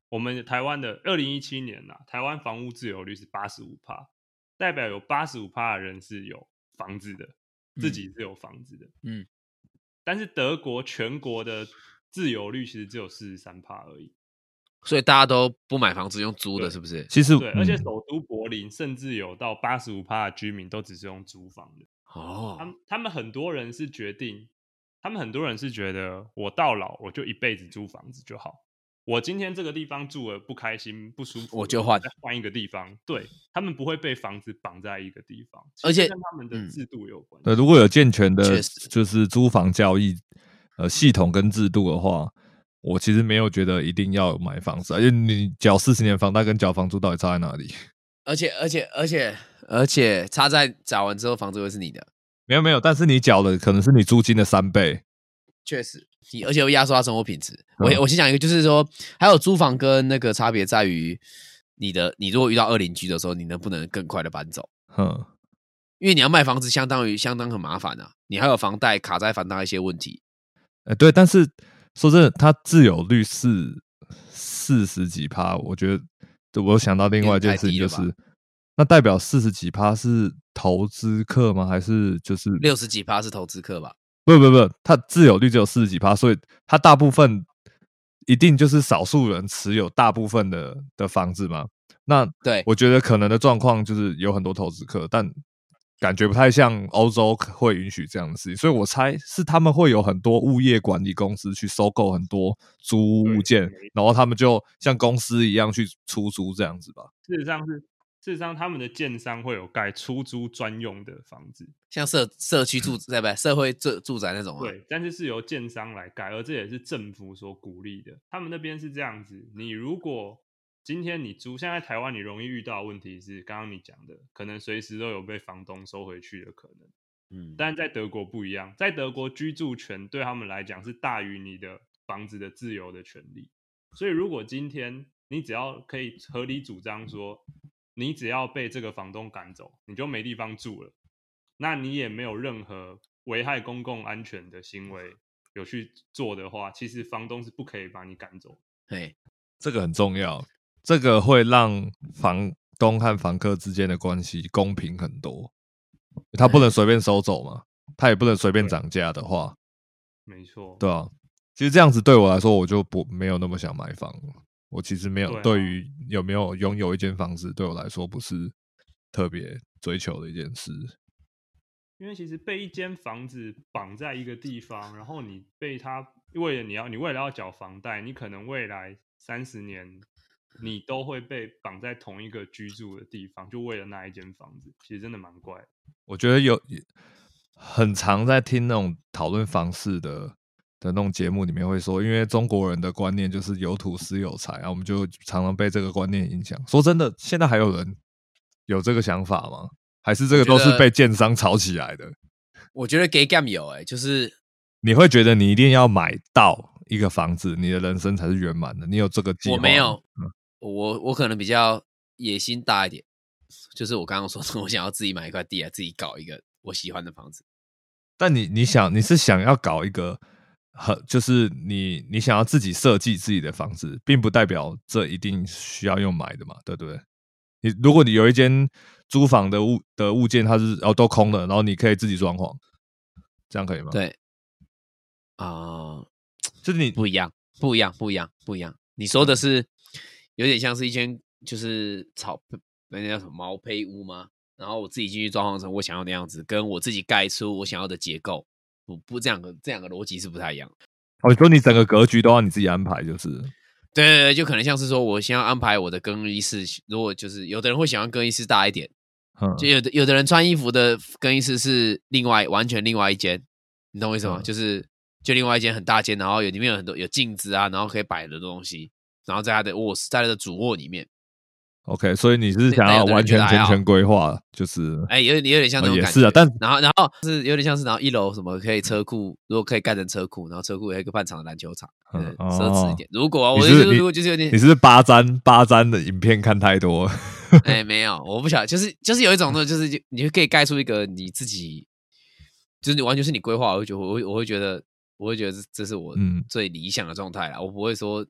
我们台湾的二零一七年呐、啊，台湾房屋自有率是 百分之八十五， 代表有 百分之八十五 的人是有房子的，自己是有房子的。嗯，但是德国全国的自有率其实只有 百分之四十三 而已。 所以大家都不买房子用租的，是不是？ 其实对，而且首都柏林甚至有到 百分之八十五 的居民都只是用租房的。哦，他们他们很多人是决定，他们很多人是觉得我到老我就一辈子租房子就好。我今天这个地方住了不开心不舒服， 我就换， 再换一个地方。对，他们不会被房子绑在一个地方， 而且跟他们的制度有关、 嗯。对，如果有健全的，就是租房交易呃系统跟制度的话。我其实没有觉得一定要买房子，因为你缴四十年房贷跟缴房租到底差在哪里？ 而且而且而且而且差在缴完之后房子会是你的， 没有没有，但是你缴的可能是你租金的三倍， 确实，你而且会压缩到生活品质。嗯、我我先讲一个，就是说还有租房跟那个差别在于你的，你如果遇到恶邻居的时候，你能不能更快的搬走？嗯，因为你要卖房子，相当于相当很麻烦啊，你还有房贷卡在房贷一些问题。 哎、欸，对，但是。说真的，它自有率是四十几趴，我觉得我想到另外一件事情，就是那代表四十几趴是投资客吗？还是就是六十几趴是投资客吧？ 不不不，它自有率只有四十几趴，所以它大部分一定就是少数人持有大部分的的房子嘛。那对， 我觉得可能的状况就是有很多投资客，但感觉不太像欧洲会允许这样的事情，所以我猜是他们会有很多物业管理公司去收购很多租屋物件，然后他们就像公司一样去出租这样子吧。 事实上是，事实上他们的建商会有盖出租专用的房子， 像社社区住对不对？社会住住宅那种啊。 对，但是是由建商来盖，而这也是政府所鼓励的。他们那边是这样子，你如果今天你租，现在台湾你容易遇到的问题是，刚刚你讲的，可能随时都有被房东收回去的可能。嗯，但在德国不一样，在德国居住权对他们来讲是大于你的房子的自由的权利。所以如果今天你只要可以合理主张说，你只要被这个房东赶走，你就没地方住了，那你也没有任何危害公共安全的行为有去做的话，其实房东是不可以把你赶走。 对， 这个很重要。这个会让房东和房客之间的关系公平很多，他不能随便收走嘛，他也不能随便涨价的话， 没错， 对啊。其实这样子对我来说，我就不没有那么想买房。我其实没有对于有没有拥有一间房子，对我来说不是特别追求的一件事。 因为其实被一间房子绑在一个地方，然后你被他为了你要你为了要缴房贷，你可能未来三十年。你都会被绑在同一个居住的地方，就为了那一间房子，其实真的蛮怪的。 我觉得有很常在听那种讨论房市的的那种节目里面会说，因为中国人的观念就是有土斯有财啊，我们就常常被这个观念影响。说真的，现在还有人有这个想法吗？还是这个都是被建商炒起来的？ 我觉得 gay gam 有哎、欸，就是你会觉得你一定要买到一个房子，你的人生才是圆满的。你有这个计划？ 我没有。嗯我我可能比较野心大一点，就是我刚刚说的，我想要自己买一块地来自己搞一个我喜欢的房子。 但你你想你是想要搞一个很就是你你想要自己设计自己的房子，并不代表这一定需要用买的嘛，对不对？你如果你有一间租房的物的物件，它是哦都空的，然后你可以自己装潢，这样可以吗？ 对，啊、呃， 就是你不一样，不一样，不一样，不一样。你说的是。有点像是一间就是草那叫什么毛坯屋吗？然后我自己进去装潢成我想要的样子，跟我自己盖出我想要的结构，不不这样的这两个逻辑是不太一样。 哦，你说你整个格局都要你自己安排，就是对对对，就可能像是说我先要安排我的更衣室，如果就是有的人会想要更衣室大一点，嗯、就有的有的人穿衣服的更衣室是另外完全另外一间，你懂我意思吗？嗯、就是就另外一间很大间，然后有里面有很多有镜子啊，然后可以摆的东西。然后在他的卧室，在他的主卧里面 ，OK， 所以你是想要完全全权规划，就是哎，有点有点像那种感觉、 哦、也是啊，但然后然后是有点像是，然后一楼什么可以车库，如果可以盖成车库，然后车库有一个半场的篮球场，嗯，奢侈一点。如果啊，我就是如果就是有点， 你是八詹八詹的影片看太多， 哎，没有，我不晓得，就是就是有一种呢，就是你可以盖出一个你自己，就是你完全是你规划，我会觉得我会我会觉得我会觉得这是我最理想的状态啦，我不会说。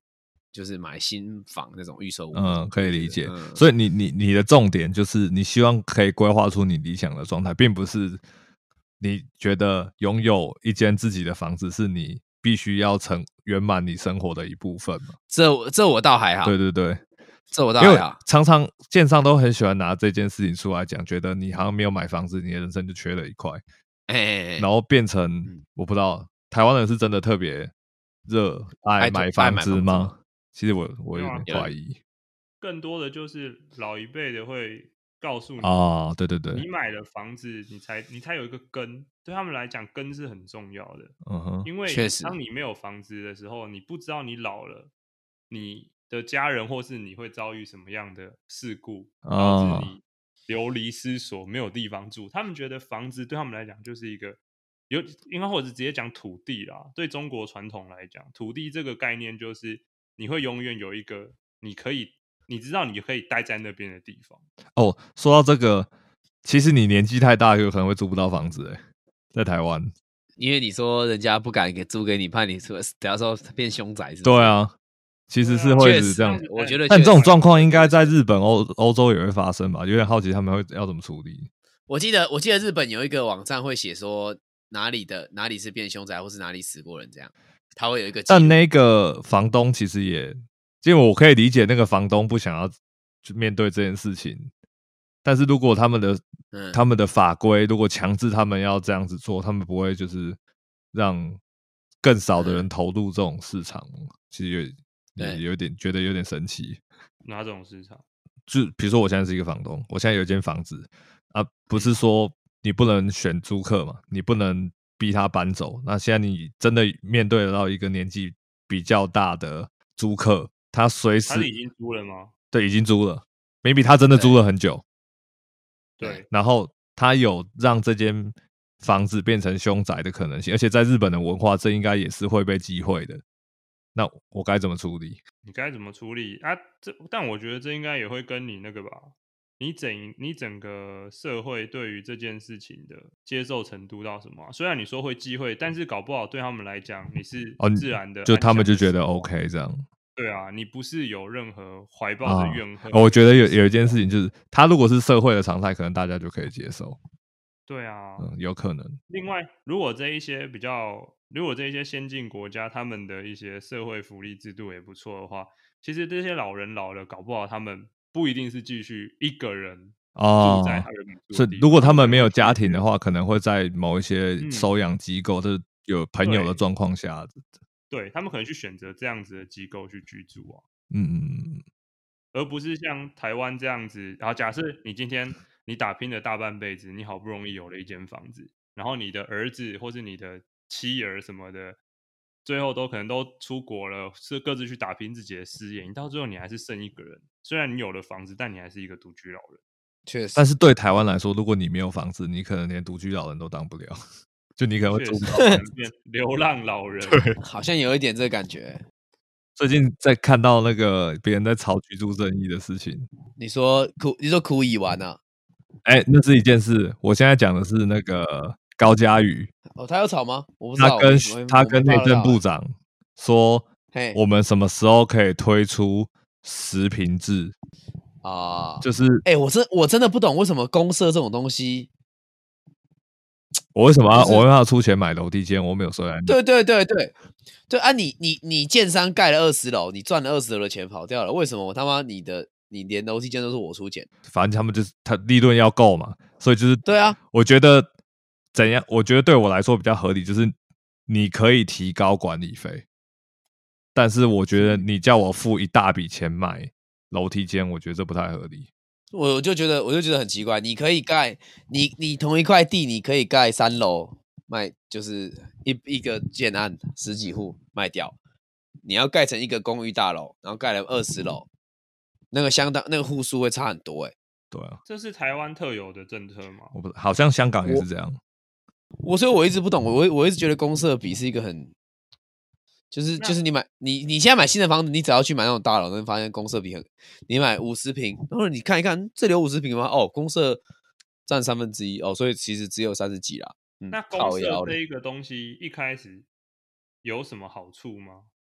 就是买新房那种预售屋。 嗯，可以理解。 嗯、 所以你你你的重点就是你希望可以规划出你理想的状态，并不是你觉得拥有一间自己的房子是你必须要成圆满你生活的一部分嘛？ 这这我倒还好。 对对对。 这我倒还好， 常常建商都很喜欢拿这件事情出来讲，觉得你好像没有买房子，你的人生就缺了一块， 哎、欸欸， 然后变成、嗯、我不知道台湾人是真的特别热爱买房子吗？其实我我有点怀疑， 更多的就是老一辈的会告诉你啊，对对对， 你买了房子，你才你才有一个根，对他们来讲，根是很重要的。 嗯哼， 因为当你没有房子的时候，你不知道你老了，你的家人或是你会遭遇什么样的事故，导致你流离失所，没有地方住。他们觉得房子对他们来讲就是一个有，应该或者是直接讲土地啦。对中国传统来讲，土地这个概念就是你会永远有一个你可以，你知道你可以待在那边的地方。 哦，说到这个，其实你年纪太大，有可能会租不到房子诶，在台湾， 因为你说人家不敢给租给你，怕你说等下说变凶宅是不是？ 对啊。其实是会是这样， 我觉得， 但这种状况应该在日本、欧欧洲也会发生吧？有点好奇他们会要怎么处理。 我记得，我记得日本有一个网站会写说哪里的哪里是变凶宅，或是哪里死过人这样，他会有一个。 但那个房东其实也，因为我可以理解那个房东不想要去面对这件事情，但是如果他们的、嗯、他们的法规如果强制他们要这样子做，他们不会就是让更少的人投入这种市场，嗯、其实有。也有点觉得有点神奇， 哪种市场？ 就比如说我现在是一个房东，我现在有一间房子啊，不是说你不能选租客嘛，你不能逼他搬走。那现在你真的面对得到一个年纪比较大的租客，他随时他已经租了吗？ 对，已经租了 ，maybe 他真的租了很久， 对， 然后他有让这间房子变成凶宅的可能性，而且在日本的文化，这应该也是会被忌讳的。那我该怎么处理？ 你该怎么处理啊？这但我觉得这应该也会跟你那个吧，你整你整个社会对于这件事情的接受程度到什么、啊？虽然你说会忌讳，但是搞不好对他们来讲，你是自然的、 哦，就他们就觉得 OK 这样。 对啊，你不是有任何怀抱着怨恨、 啊。我觉得有有一件事情就是，他如果是社会的常态，可能大家就可以接受。 对啊， 嗯，有可能。 另外，如果这一些比较。如果这一些先进国家他们的一些社会福利制度也不错的话，其实这些老人老了，搞不好他们不一定是继续一个人住在他原本住的地方。 是、哦、如果他们没有家庭的话，可能会在某一些收养机构，就是、嗯、有朋友的状况下， 对他们可能去选择这样子的机构去居住啊。 嗯嗯， 而不是像台湾这样子。然后假设你今天你打拼了大半辈子，你好不容易有了一间房子，然后你的儿子或是你的妻儿什么的，最后都可能都出国了，是各自去打拼自己的事业。你到最后你还是剩一个人，虽然你有了房子，但你还是一个独居老人。 确实， 但是对台湾来说，如果你没有房子，你可能连独居老人都当不了，就你可能会租不到变流浪老人。 对， 好像有一点这个感觉。 最近在看到那个别人在吵居住正义的事情， 你说苦，你说苦已完啊？ 哎、欸，那是一件事。我现在讲的是那个高嘉瑜。 哦，他有吵吗？我不知道。 他跟他跟内政部长说，我们什么时候可以推出实坪制啊？ 就是， 哎、欸，我真我真的不懂为什么公社这种东西， 我为什么要我为什么要出钱买楼梯间？我没有说。 对对对对对啊！你你你建商盖了二十楼，你赚了二十楼的钱跑掉了，为什么我他妈你的？你连楼梯间都是我出钱， 反正他们就是他利润要够嘛，所以就是对啊。 我觉得怎样？我觉得对我来说比较合理，就是你可以提高管理费，但是我觉得你叫我付一大笔钱买楼梯间，我觉得这不太合理。 我就觉得我就觉得很奇怪，你可以盖你你同一块地，你可以盖三楼卖，就是一一个建案十几户卖掉，你要盖成一个公寓大楼，然后盖了二十楼。那个相当那个户数会差很多哎、欸， 对啊， 这是台湾特有的政策吗？ 我不好像香港也是这样。 我, 我所以我一直不懂，我我一直觉得公社比是一个很，就是就是你买你你现在买新的房子，你只要去买那种大楼，能发现公社比很，你买五十坪，然后你看一看，这里有五十坪吗？哦，公社占三分之一哦，所以其实只有三十几啦。 嗯、那公社这一个东西一开始有什么好处吗？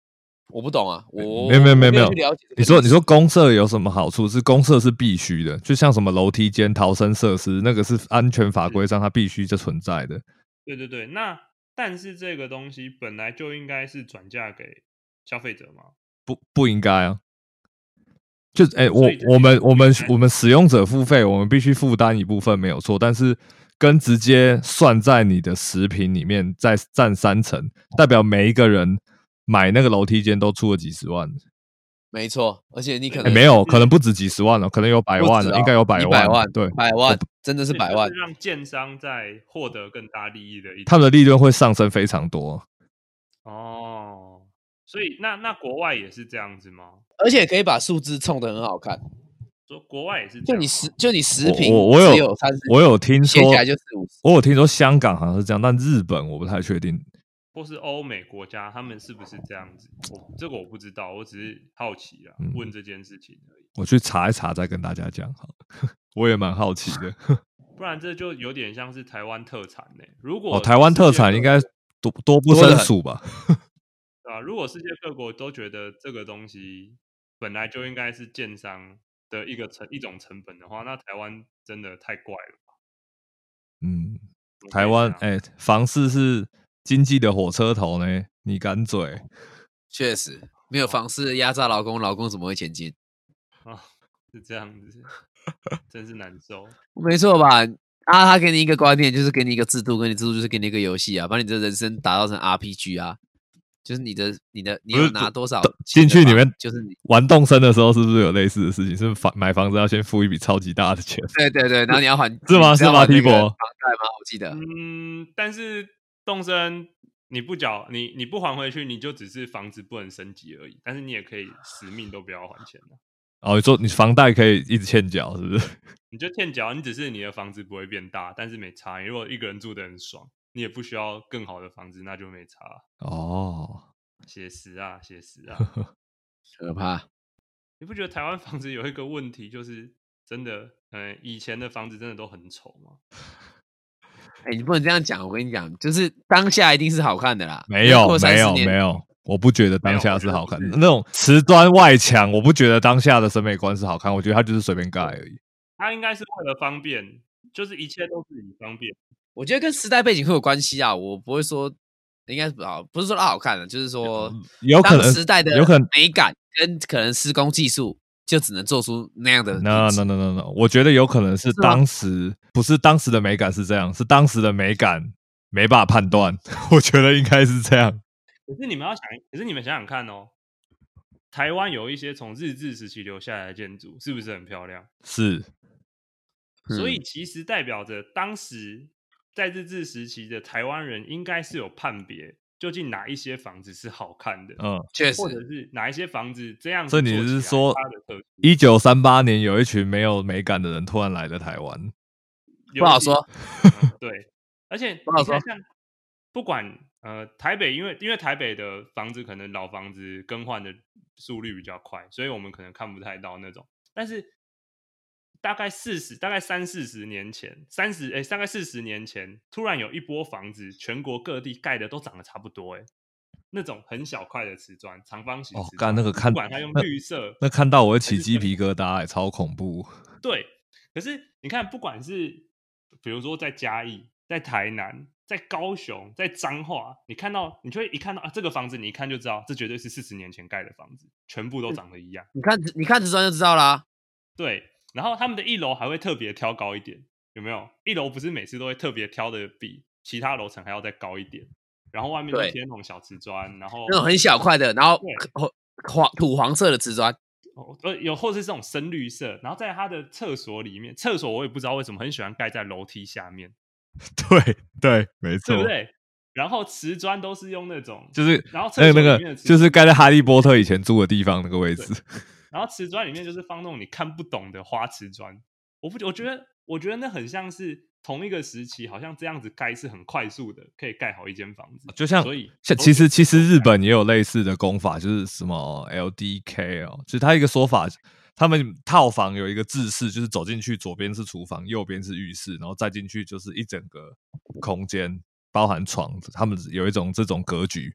我不懂啊，我没有没有没有没有。你说你说公设有什么好处？是公设是必须的，就像什么楼梯间、逃生设施，那个是安全法规上它必须就存在的。 对对对，那但是这个东西本来就应该是转嫁给消费者吗？ 不不应该啊。就哎、欸，我我们我们我们使用者付费，我们必须负担一部分没有错，但是跟直接算在你的食品里面再占三成，代表每一个人买那个楼梯间都出了几十万。 没错，而且你可能、 欸、没有，可能不止几十万了，可能有百万了， 哦、 应该有百万， 百万， 对， 百万，真的是百万， 就是让建商在获得更大利益的一， 他们的利润会上升非常多。 哦，所以那那国外也是这样子吗？ 而且可以把数字冲得很好看。 说国外也是就这样， 你食就你食品， 我我有我有听说， 写起来就四五十。 我有听说香港好像是这样，但日本我不太确定。 或是欧美国家，他们是不是这样子？我这个我不知道，我只是好奇啦，嗯、问这件事情而已。 我去查一查，再跟大家讲好了。我也蛮好奇的。 不然这就有点像是台湾特产呢、欸。如果哦，台湾特产应该多多不胜数吧？ 对啊，如果世界各国都觉得这个东西本来就应该是建商的一个成一种成本的话，那台湾真的太怪了吧？ 嗯，台湾哎、欸，房市是经济的火车头呢，你敢嘴？ 确实，没有房市压榨劳工，劳工怎么会前进？ 啊，是这样子，真是难受。 没错吧？啊，他给你一个观念，就是给你一个制度，跟你制度就是给你一个游戏啊，把你的人生打造成 R P G 啊。就是你的你的你有拿多少进去里面， 就是你玩动森的时候，是不是有类似的事情？是不是房买房子要先付一笔超级大的钱？ 对对对，然后你要还是吗？是吗？T 博房贷吗？我记得。 嗯，但是动森你不缴，你你不还回去，你就只是房子不能升级而已。但是你也可以死命都不要还钱的。 哦，你说你房贷可以一直欠缴，是不是？ 你就欠缴，你只是你的房子不会变大，但是没差。你如果一个人住得很爽，你也不需要更好的房子，那就没差。 哦。 写实啊，写实啊， 可怕！ 你不觉得台湾房子有一个问题，就是真的，嗯、呃，以前的房子真的都很丑吗？ 哎、欸，你不能这样讲，我跟你讲，就是当下一定是好看的啦。 没有，没有，没有，我不觉得当下是好看的。那种瓷砖外墙，我不觉得当下的审美观是好看，我觉得它就是随便盖而已。 它应该是为了方便，就是一切都是以方便。 我觉得跟时代背景会有关系啊，我不会说。应该不好，不是说它好看的，就是说有可能时代的有可能美感跟可能施工技术就只能做出那样的。 No no no no no， 我觉得有可能是当时不是当时的美感是这样，是当时的美感没办法判断。我觉得应该是这样。 可是你们要想，可是你们想想看哦，台湾有一些从日治时期留下来的建筑，是不是很漂亮？ 是， 所以其实代表着当时。在日治时期的台湾人应该是有判别，究竟哪一些房子是好看的， 嗯， 确实， 或者是哪一些房子这样子。 所以你是说，一九三八年有一群没有美感的人突然来了台湾？ 不好说。 嗯、对，而且不好说。 不管呃台北，因为因为台北的房子可能老房子更换的速率比较快，所以我们可能看不太到那种，但是。大概四十，大概三四十年前，三十哎，大概四十年前，突然有一波房子，全国各地盖的都长得差不多，哎，那种很小块的瓷砖，长方形瓷砖， 哦，干那个看， 不管它用绿色， 那, 那看到我会起鸡皮疙瘩，哎，超恐怖。 对，可是你看，不管是比如说在嘉义、在台南、在高雄、在彰化，你看到，你就会一看到啊，这个房子，你一看就知道，这绝对是四十年前盖的房子，全部都长得一样。 你看，你看瓷砖就知道啦。 对。然后他们的一楼还会特别挑高一点，有没有？一楼不是每次都会特别挑的比其他楼层还要再高一点，然后外面都贴那种小瓷砖，然后那种很小块的，然后黄土黄色的瓷砖， 呃，有或是这种深绿色，然后在他的厕所里面，厕所我也不知道为什么很喜欢盖在楼梯下面， 对对，没错， 对不对？然后瓷砖都是用那种， 就是然后厕所里面的那个就是盖在哈利波特以前住的地方那个位置。 然后瓷砖里面就是放那种你看不懂的花瓷砖，我不，我觉得，我觉得那很像是同一个时期，好像这样子盖是很快速的，可以盖好一间房子。 就像， 所以像其实其实日本也有类似的工法，就是什么 L D K 哦，就是它一个说法，他们套房有一个制式，就是走进去左边是厨房，右边是浴室，然后再进去就是一整个空间，包含床，他们有一种这种格局。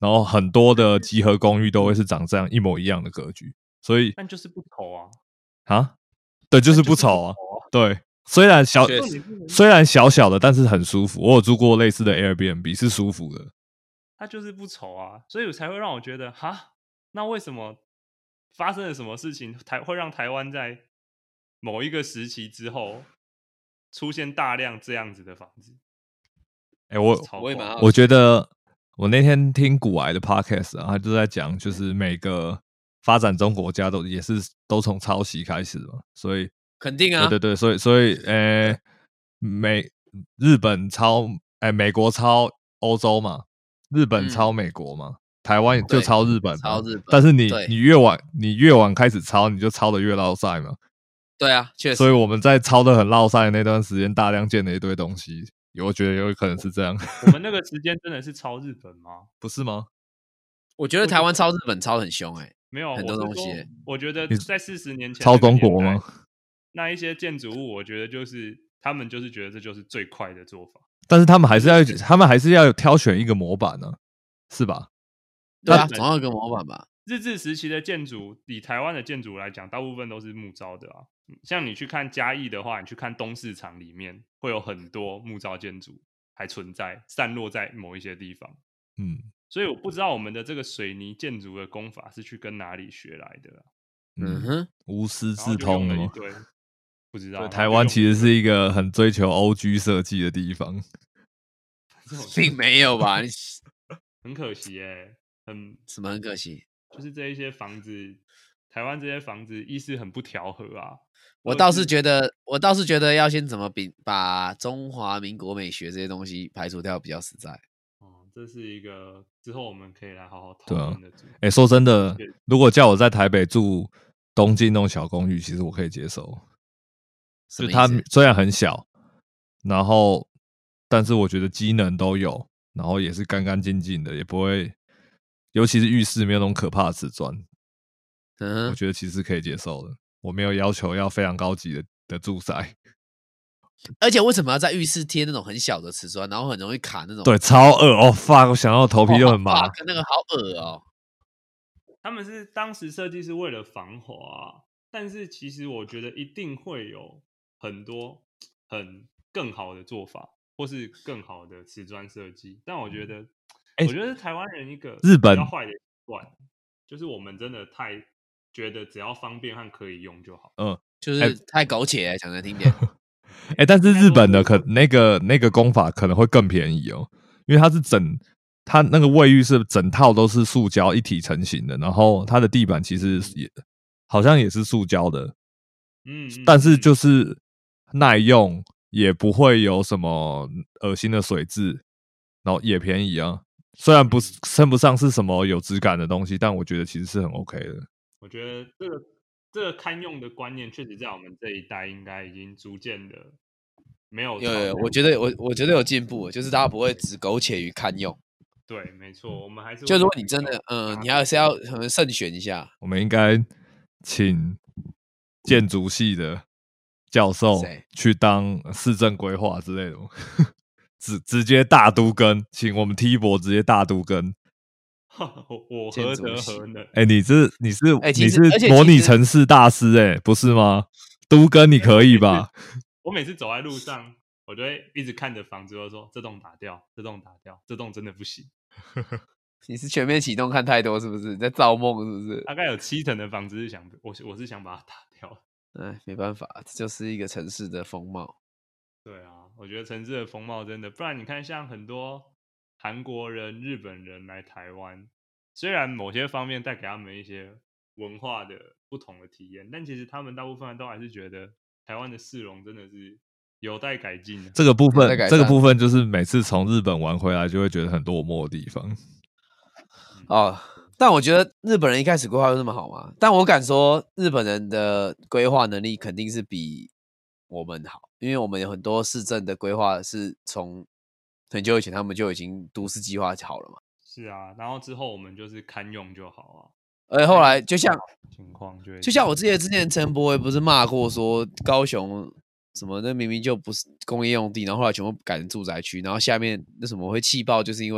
然后很多的集合公寓都会是长这样一模一样的格局，所以但就是不丑啊啊，对，就是不丑啊，对，虽然小虽然小小的，但是很舒服。我有住过类似的 Airbnb， 是舒服的。 它就是不丑啊，所以才会让我觉得，哈，那为什么发生了什么事情，台会让台湾在某一个时期之后出现大量这样子的房子？ 哎、欸，我我我觉得我那天听古癌的 podcast 啊，他就在讲，就是每个发展中国家都也是都从抄袭开始嘛，所以肯定啊， 对对对，所以所以呃、欸，美日本抄哎、欸，美国抄欧洲嘛，日本抄美国嘛，嗯、台湾就抄日本嘛， 抄日本， 但是你你越晚你越晚开始抄，你就抄的越落赛嘛。 对啊，确实。 所以我们在抄的很落赛的那段时间，大量建了一堆东西。我觉得有可能是这样。 我们那个时间真的是抄日本吗？ 不是吗？ 我觉得台湾抄日本抄很凶哎、欸， 没有很多东西、 欸。我觉得在四十年前抄中国吗？ 那一些建筑物，我觉得就是他们就是觉得这就是最快的做法。 但是他们还是要，他们还是要挑选一个模板呢、啊，是吧？ 对啊，总要有个模板吧。 日治时期的建筑，以台湾的建筑来讲，大部分都是木造的啊。像你去看嘉义的话，你去看东市场里面，会有很多木造建筑还存在，散落在某一些地方。 嗯， 所以我不知道我们的这个水泥建筑的功法是去跟哪里学来的、啊。 嗯哼， 无师自通了一堆，不知道。 台湾其实是一个很追求 O G 设计的地方， 并没有吧？ 很可惜哎、欸，很什么很可惜？ 就是这一些房子，台湾这些房子一是很不调和啊。 我倒是觉得，我倒是觉得要先怎么比把中华民国美学这些东西排除掉比较实在。 哦，这是一个之后我们可以来好好讨论的主题。 哎、啊欸，说真的，如果叫我在台北住东京那种小公寓，其实我可以接受。就它虽然很小，然后但是我觉得机能都有，然后也是干干净净的，也不会，尤其是浴室没有那种可怕的瓷砖。 嗯， 我觉得其实可以接受的。我没有要求要非常高级的的住宅， 而且为什么要在浴室贴那种很小的瓷砖，然后很容易卡那种？ 对，超恶哦 ！fuck， 我想到头皮就很麻。 fuck， 那个好恶哦。 他们是当时设计是为了防滑，但是其实我觉得一定会有很多很更好的做法，或是更好的瓷砖设计。但我觉得，欸、我觉得是台湾人一个日本比较坏的习惯，就是我们真的太觉得只要方便和可以用就好。 嗯， 就是太苟且了，讲难听点。 哎、欸，但是日本的可那个那个工法可能会更便宜哦，因为它是整，它那个卫浴是整套都是塑胶一体成型的，然后它的地板其实也好像也是塑胶的， 嗯， 但是就是耐用，也不会有什么恶心的水渍，然后也便宜啊。虽然不称不上是什么有质感的东西，但我觉得其实是很 OK 的。 我觉得这个这个堪用的观念，确实在我们这一代应该已经逐渐的没有。 有有，我觉得我我觉得有进步，就是大家不会只苟且于堪用。 对，没错，我们还是就如果你真的，嗯，你还是要可能慎选一下。 我们应该请建筑系的教授去当市政规划之类的吗？直直接大都更，请我们 T 博直接大都更。 我何德何能？ 哎、欸，你是你是、 欸、 你是模拟城市大师哎、欸，不是吗？都更你可以吧？ 我每次走在路上，我就会一直看着房子，我说这栋打掉，这栋打掉，这栋真的不行。 你是全面启动看太多是不是？你在造梦是不是？ 大概有七成的房子是想我我是想把它打掉。 哎，没办法，这就是一个城市的风貌。 对啊，我觉得城市的风貌真的，不然你看像很多韩国人、日本人来台湾，虽然某些方面带给他们一些文化的不同的体验，但其实他们大部分都还是觉得台湾的市容真的是有待改进的。 这个部分，这个部分就是每次从日本玩回来，就会觉得很落寞的地方。 哦，但我觉得日本人一开始规划就那么好吗？但我敢说，日本人的规划能力肯定是比我们好，因为我们有很多市政的规划是从很久以前他们就已经都市计划好了嘛。 是啊，然后之后我们就是堪用就好啊。 而后来就像情况就就像我之前之前陈柏惟不是骂过说高雄什么那明明就不是工业用地，然后后来全部改成住宅区，然后下面那什么会气爆，就是因为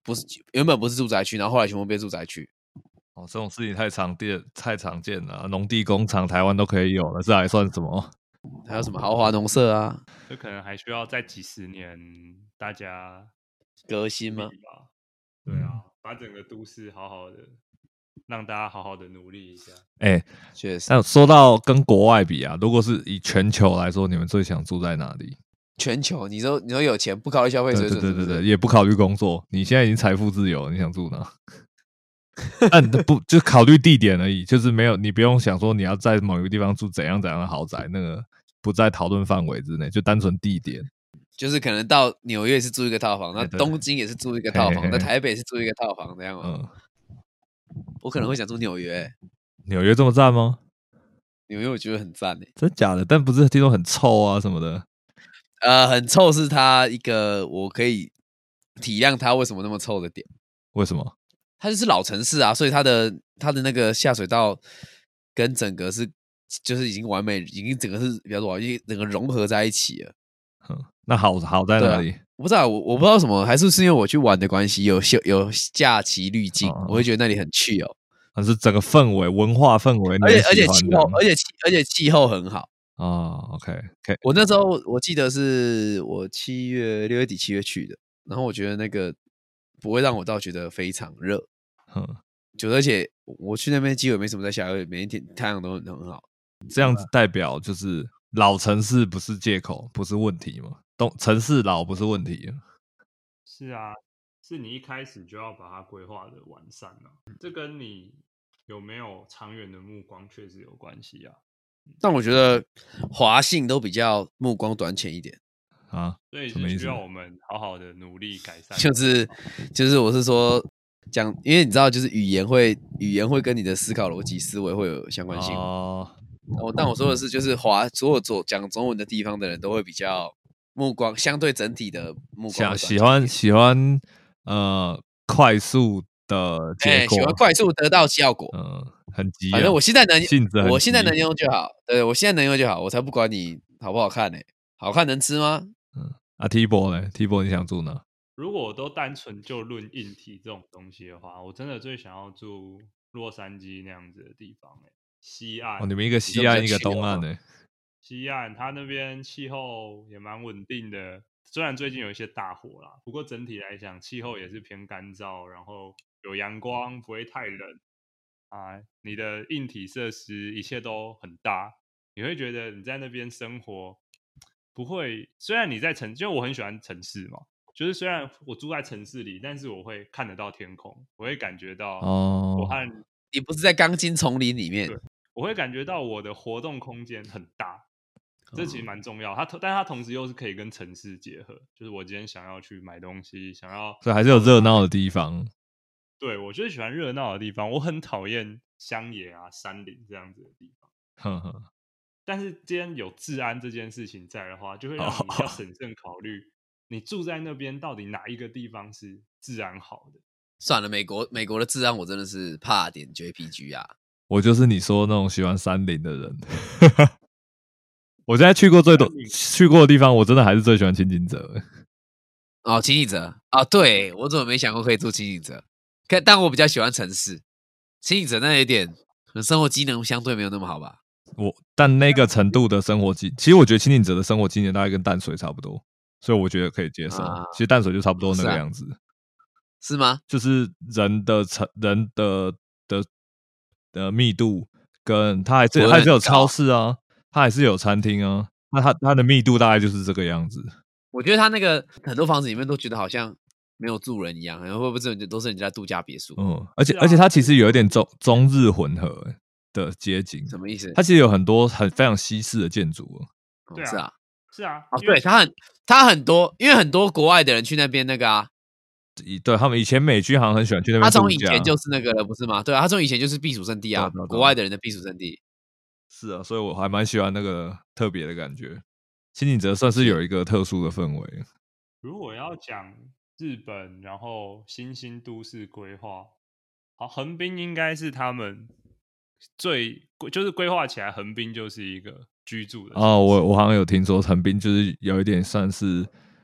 不是原本不是住宅区，然后后来全部变住宅区。 哦，这种事情太常见太常见了，农地工厂台湾都可以有了，这还算什么？ 还有什么豪华农舍啊？ 这可能还需要再几十年大家革新吗？ 对啊，把整个都市好好的让大家好好的努力一下。 哎、欸， 确实。 那说到跟国外比啊，如果是以全球来说，你们最想住在哪里？ 全球，你说你说有钱不考虑消费水准， 对对对对，也不考虑工作，你现在已经财富自由，你想住哪？但不就考虑地点而已，就是没有你不用想说你要在某一个地方住怎样怎样的豪宅，那个不在讨论范围之内，就单纯地点。 就是可能到纽约是住一个套房，那东京也是住一个套房，那台北是住一个套房，这样吗？嗯，我可能会想住纽约、欸。 纽约这么赞吗？ 纽约我觉得很赞诶、欸， 真假的？但不是听说很臭啊什么的？ 呃，很臭是它一个我可以体谅它为什么那么臭的点。 为什么？ 它就是老城市啊，所以它的它的那个下水道跟整个是就是已经完美，已经整个是比较多，已经整个融合在一起了。 嗯，那好好在哪里？ 啊、我不知道，我我不知道什么，还是是因为我去玩的关系，有有假期滤镜，哦、我会觉得那里很去哦。 还是整个氛围、文化氛围， 而且而且气候，而且气而且气候很好哦。OK OK， 我那时候我记得是我七月六月底七月去的，然后我觉得那个不会让我到觉得非常热，嗯，就而且我去那边几乎没什么在下雨，每一天太阳都很很好。 这样子代表就是老城市不是借口，不是问题嘛？东城市老不是问题。 是啊。是你一开始就要把它规划的完善了、啊，这跟你有没有长远的目光确实有关系啊。 但我觉得华信都比较目光短浅一点啊， 所以是需要我们好好的努力改善。 就是就是我是说讲，因为你知道，就是语言会语言会跟你的思考逻辑思维会有相关性哦。哦，但我说的是，就是华所有做讲中文的地方的人都会比较目光相对整体的目光喜欢喜欢。呃，快速的结果、 欸，喜欢快速得到效果， 嗯，很急、啊。 反正我现在能， 性子我现在能用就好。对，我现在能用就好，我才不管你好不好看呢、欸。好看能吃吗？ 嗯，啊 ，T 波呢 ？T 波你想住哪？ 如果我都单纯就论硬体这种东西的话，我真的最想要住洛杉矶那样子的地方、欸，西岸。 哦，你们一个西岸，一个东岸呢、欸？ 西岸，它那边气候也蛮稳定的。虽然最近有一些大火啦，不过整体来讲气候也是偏干燥，然后有阳光，不会太冷啊。你的硬体设施一切都很大，你会觉得你在那边生活不会。虽然你在城，因为我很喜欢城市嘛，就是虽然我住在城市里，但是我会看得到天空，我会感觉到哦， 我和你不是在钢筋丛林里面， 我会感觉到我的活动空间很大。这其实蛮重要，它但它同时又是可以跟城市结合，就是我今天想要去买东西，想要， 所以还是有热闹的地方。 对，我就是喜欢热闹的地方，我很讨厌乡野啊、山林这样子的地方。 呵呵。 但是今天有治安这件事情在的话，就会让你要审慎考虑，你住在那边到底哪一个地方是治安好的。 算了，美国美国的治安我真的是怕点 J P G 啊。 我就是你说那种喜欢山林的人。我现在去过最多去过的地方，我真的还是最喜欢清景泽。 哦，清景泽啊，对，我怎么没想过可以住清景泽？但我比较喜欢城市，清景泽那有点生活机能相对没有那么好吧。 我但那个程度的生活机，其实我觉得清景泽的生活机能大概跟淡水差不多，所以我觉得可以接受。啊、其实淡水就差不多那个样子， 是, 啊、是吗？ 就是人的城人的的的密度，跟它还是还是有超市啊。它还是有餐厅啊，那它它的密度大概就是这个样子。 我觉得它那个很多房子里面都觉得好像没有住人一样，然后会不会都是人家度假别墅？ 嗯，而且、啊、而且它其实有一点中中日混合的街景。 什么意思？ 它其实有很多很非常西式的建筑。 对啊， 是啊， 是啊。 哦，对，它很它很多，因为很多国外的人去那边那个啊。 对，他们以前美军好像很喜欢去那边度假。 他从以前就是那个了，不是吗？对啊，他从以前就是避暑胜地啊，对对对，国外的人的避暑胜地。 是啊，所以我还蛮喜欢那个特别的感觉。清景泽算是有一个特殊的氛围。 如果要讲日本，然后新兴都市规划，好，横滨应该是他们最就是规划起来，横滨就是一个居住的。 哦，我我好像有听说横滨就是有一点算是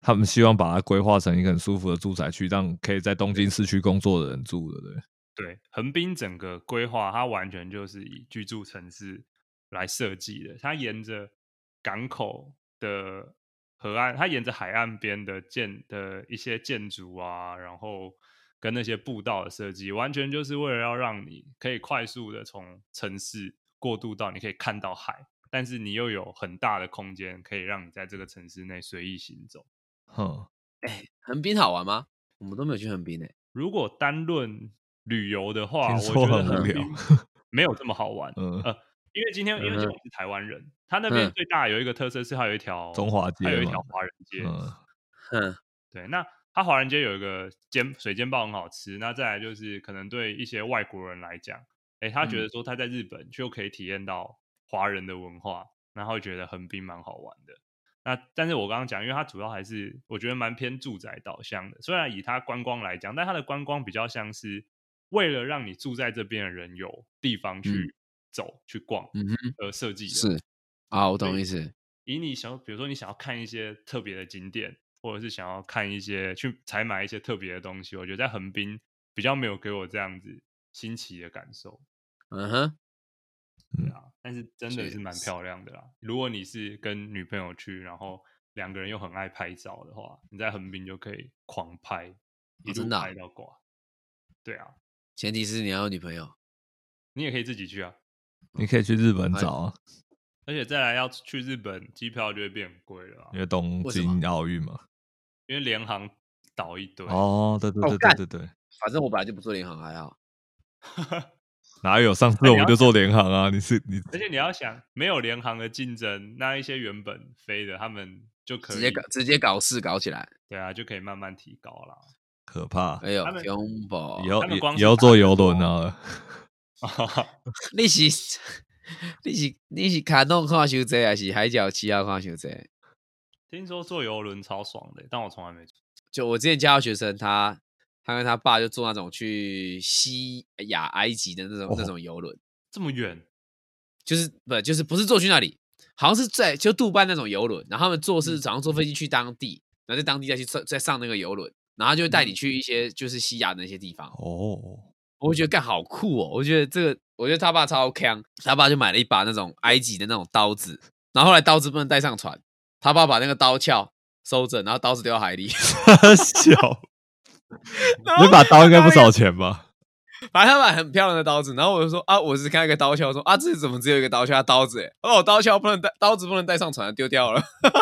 他们希望把它规划成一个很舒服的住宅区，让可以在东京市区工作的人住的，对。 对，横滨整个规划，它完全就是以居住城市来设计的。它沿着港口的河岸，它沿着海岸边的建的一些建筑啊，然后跟那些步道的设计，完全就是为了要让你可以快速的从城市过渡到你可以看到海，但是你又有很大的空间可以让你在这个城市内随意行走。 哼， 哎，横滨好玩吗？我们都没有去横滨诶。 如果单论旅游的话， 听说我觉得很无聊横滨没有这么好玩。 嗯呃，因为今天因为今天我是台湾人，他那嗯边最大有一个特色是它有一条中华街嘛它有一条华人街。 嗯哼， 对，那它华人街有一个煎水煎包很好吃，那再来就是可能对一些外国人来讲，哎，他觉得说他在日本就可以体验到华人的文化，然后觉得横滨蛮好玩的。那但是我刚刚讲，因为它主要还是我觉得蛮偏住宅导向的，虽然以它观光来讲，但它的观光比较像是为了让你住在这边的人有地方去嗯走、去逛嗯哼， 而设计的。 是啊，我懂意思。 以你想，比如说你想要看一些特别的景点，或者是想要看一些去采买一些特别的东西，我觉得在横滨比较没有给我这样子新奇的感受。 嗯哼， 对啊，但是真的是蛮漂亮的啦。如果你是跟女朋友去，然后两个人又很爱拍照的话，你在横滨就可以狂拍，一路真的啊拍到挂。对啊， 前提是你要有女朋友。 你也可以自己去啊。 你可以去日本找啊， 而且再来要去日本，机票就会变很贵了啊， 因为东京奥运嘛。 因为联航倒一堆。 哦，对对对哦干对对对， 反正我本来就不做联航，还好。 哪有？上次我们就做联航啊，你是你， 而且你要想，没有联航的竞争，那一些原本飞的，他们就可以直接搞直接搞事搞起来。 对啊，就可以慢慢提高啦。 可怕。 哎呦他们恐怖！ 以后他们光是以后坐游轮啊， 你是你是你是卡弄看伤济，还是海角七号看伤济？ 听说坐游轮超爽的，但我从来没坐。 就我之前教的学生，他他跟他爸就坐那种去西亚埃及的那种、 哦那种游轮， 这么远， 就是不就是不是坐去那里，好像是在就杜拜那种游轮，然后他们坐是早上坐飞机去当地，然后在当地再去再上那个游轮，然后就会带你去一些就是西亚的那些地方。 哦， 我觉得干好酷哦！我觉得这个，我觉得他爸超强，他爸就买了一把那种埃及的那种刀子，然后后来刀子不能带上船，他爸把那个刀鞘收着，然后刀子丢到海里。 小，那把刀应该不少钱吧？ 反正他买很漂亮的刀子，然后我就说啊，我是看一个刀鞘，说啊，这怎么只有一个刀鞘？刀子哎，哦，刀鞘不能带，刀子不能带上船，丢掉了。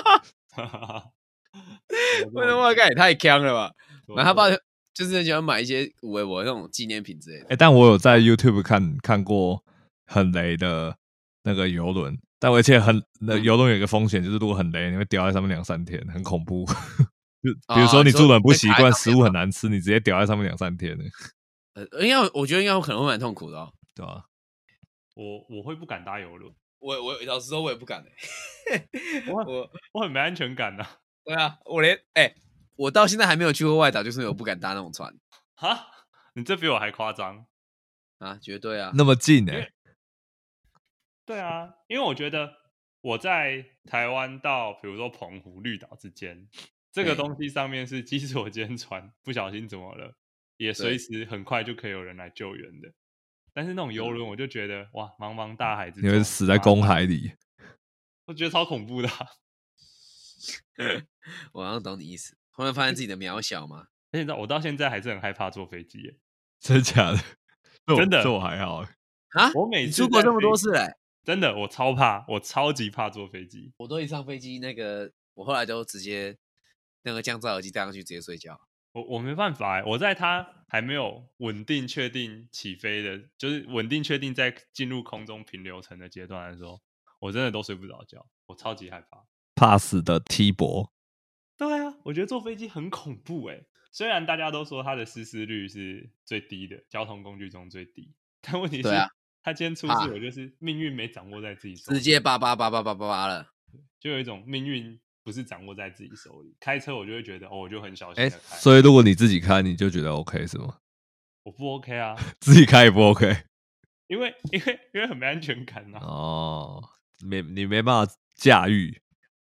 我他妈干也太强了吧！然后他爸就是很喜欢买一些五维我那种纪念品之类的。 哎、欸，但我有在 YouTube 看看过很雷的那个游轮，但而且很那游轮有一个风险，就是如果很雷，你会掉在上面两三天，很恐怖。就比如说你住的很不习惯，食物很难吃，你直接掉在上面两三天呢。 呃，应该我觉得应该可能会蛮痛苦的哦， 对吧、啊？ 我我会不敢搭游轮， 我我老实说，我也不敢哎、欸， 我我我很没安全感呐、啊。 对啊，我连哎、欸，我到现在还没有去过外岛，就是因为我不敢搭那种船。 哈，你这比我还夸张啊，绝对啊， 那么近哎、欸。 对啊，因为我觉得我在台湾到比如说澎湖、绿岛之间，这个东西上面是基索间船不小心怎么了，也随时很快就可以有人来救援的。但是那种游轮，我就觉得、嗯、哇，茫茫大海之中， 你会死在公海里， 我觉得超恐怖的、啊。 我好像懂你意思，突然发现自己的渺小嘛。 而且我到现在还是很害怕坐飞机耶， 真的假的？ 真的， 这我还好啊！ 我每次你出国这么多次嘞、欸， 真的，我超怕，我超级怕坐飞机。 我都一上飞机，那个我后来都直接那个降噪耳机戴上去，直接睡觉。 我我没办法哎，我在它还没有稳定确定起飞的，就是稳定确定在进入空中平流层的阶段的时候，我真的都睡不着觉，我超级害怕， 怕死的 T 博。 对啊，我觉得坐飞机很恐怖哎。虽然大家都说它的失事率是最低的，交通工具中最低，但问题是，啊、它今天出事，我就是命运没掌握在自己手里， 直接叭叭叭叭叭叭叭了， 就有一种命运不是掌握在自己手里。开车我就会觉得，哦，我就很小心的开、 欸。所以如果你自己开，你就觉得 OK 是吗？ 我不 OK 啊， 自己开也不 OK， 因为因为因为很没安全感啊。 哦，没你没办法驾驭。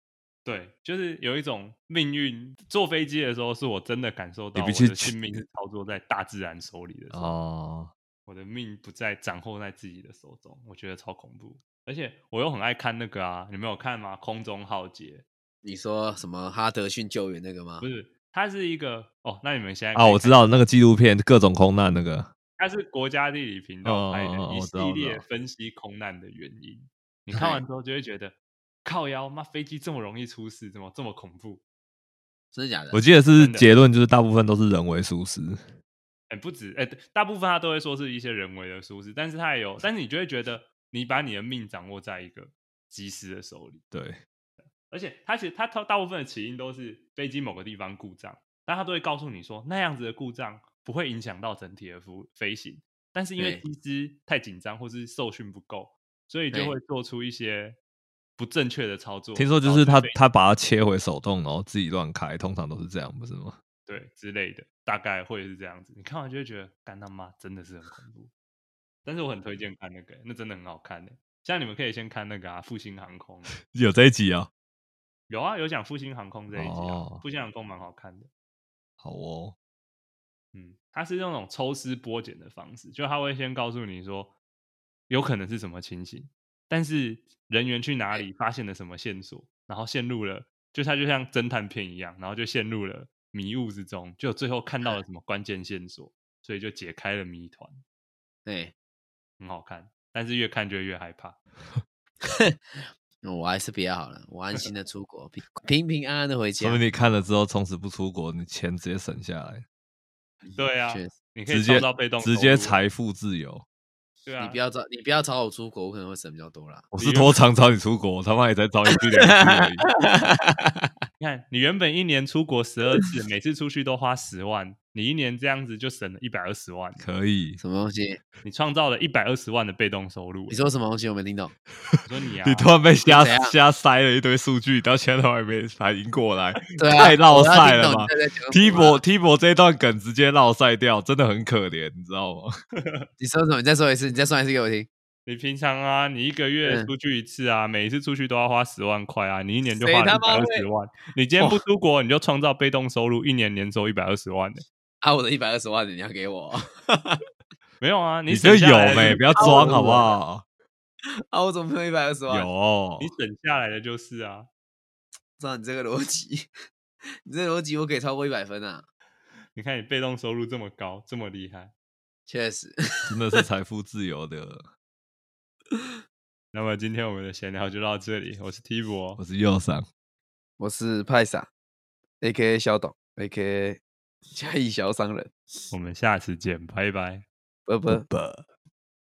对，就是有一种命运。坐飞机的时候，是我真的感受到我的性命是操作在大自然手里的时候，哦，我的命不在掌握在自己的手中，我觉得超恐怖。而且我又很爱看那个啊，你们有看吗？空中浩劫。 你说什么哈德逊救援那个吗？ 不是，它是一个哦，那你们现在啊，我知道那个纪录片各种空难那个， 它是国家地理频道拍的，哦哦哦一系列分析空难的原因。你看完之后就会觉得，靠腰妈飞机这么容易出事，怎么这么恐怖？ 真的假的？ 我记得是结论就是大部分都是人为疏失。 哎、欸，不止，哎、欸，大部分他都会说是一些人为的疏失，但是他也有，但是你就会觉得你把你的命掌握在一个机师的手里。 对， 而且他其实他大部分的起因都是飞机某个地方故障，但他都会告诉你说那样子的故障不会影响到整体的飞行，但是因为机师太紧张或是受训不够，所以就会做出一些不正确的操作。 听说就是他他把它切回手动，然后自己乱开，通常都是这样，不是吗？ 对，之类的，大概会是这样子。你看完就会觉得，干他妈真的是很恐怖。但是我很推荐看那个，那真的很好看的。像你们可以先看那个啊，复兴航空有这一集啊、哦？ 有啊，有讲复兴航空这一集啊，哦、复兴航空蛮好看的。 好哦， 嗯，它是用那种抽丝剥茧的方式，就他会先告诉你说，有可能是什么情形，但是人员去哪里发现了什么线索，然后陷入了，就他就像侦探片一样，然后就陷入了迷雾之中，就最后看到了什么关键线索，所以就解开了谜团。 对， 很好看，但是越看就越害怕。 我还是比较好了，我安心的出国，平平安安的回家。 说明你看了之后，从此不出国，你钱直接省下来。 对啊，你可以直接到被动直接财富自由。 对啊， 你不要找你不要找我出国，我可能会省比较多啦。 我是多常找你出国，我他妈也才找你去两次而已。 你看，你原本一年出国十二次，每次出去都花十万，你一年这样子就省了一百二十万。 可以？ 什么东西？ 你创造了一百二十万的被动收入。 你说什么东西？我没听懂。 我说你啊， 你突然被瞎瞎塞了一堆数据，到现在都还没反应过来， 对啊、 太绕赛了吧 ？T 博 T 博这一段梗直接绕赛掉，真的很可怜，你知道吗？ 你说什么？你再说一次，你再说一次给我听。 你平常啊，你一个月出去一次啊，嗯、每一次出去都要花十万块啊，你一年就花了一百二十万。你今天不出国，你就创造被动收入，一年年收一百二十万呢、 欸。啊，我的一百二十万你要给我？ 没有啊， 你, 你就有没？不要装好不好？ 啊，我怎么没有一百二十万？ 有， 你省下来的就是啊。 照你这个逻辑，你这个逻辑我可以超过一百分啊！ 你看你被动收入这么高，这么厉害， 确实， 真的是财富自由的。 那么今天我们的闲聊就到这里，我是 T 博， 我是右上， 我是派傻 ，A K A 小董 ，A K A 嘉义小商人。 我们下次见，拜拜， 拜拜拜。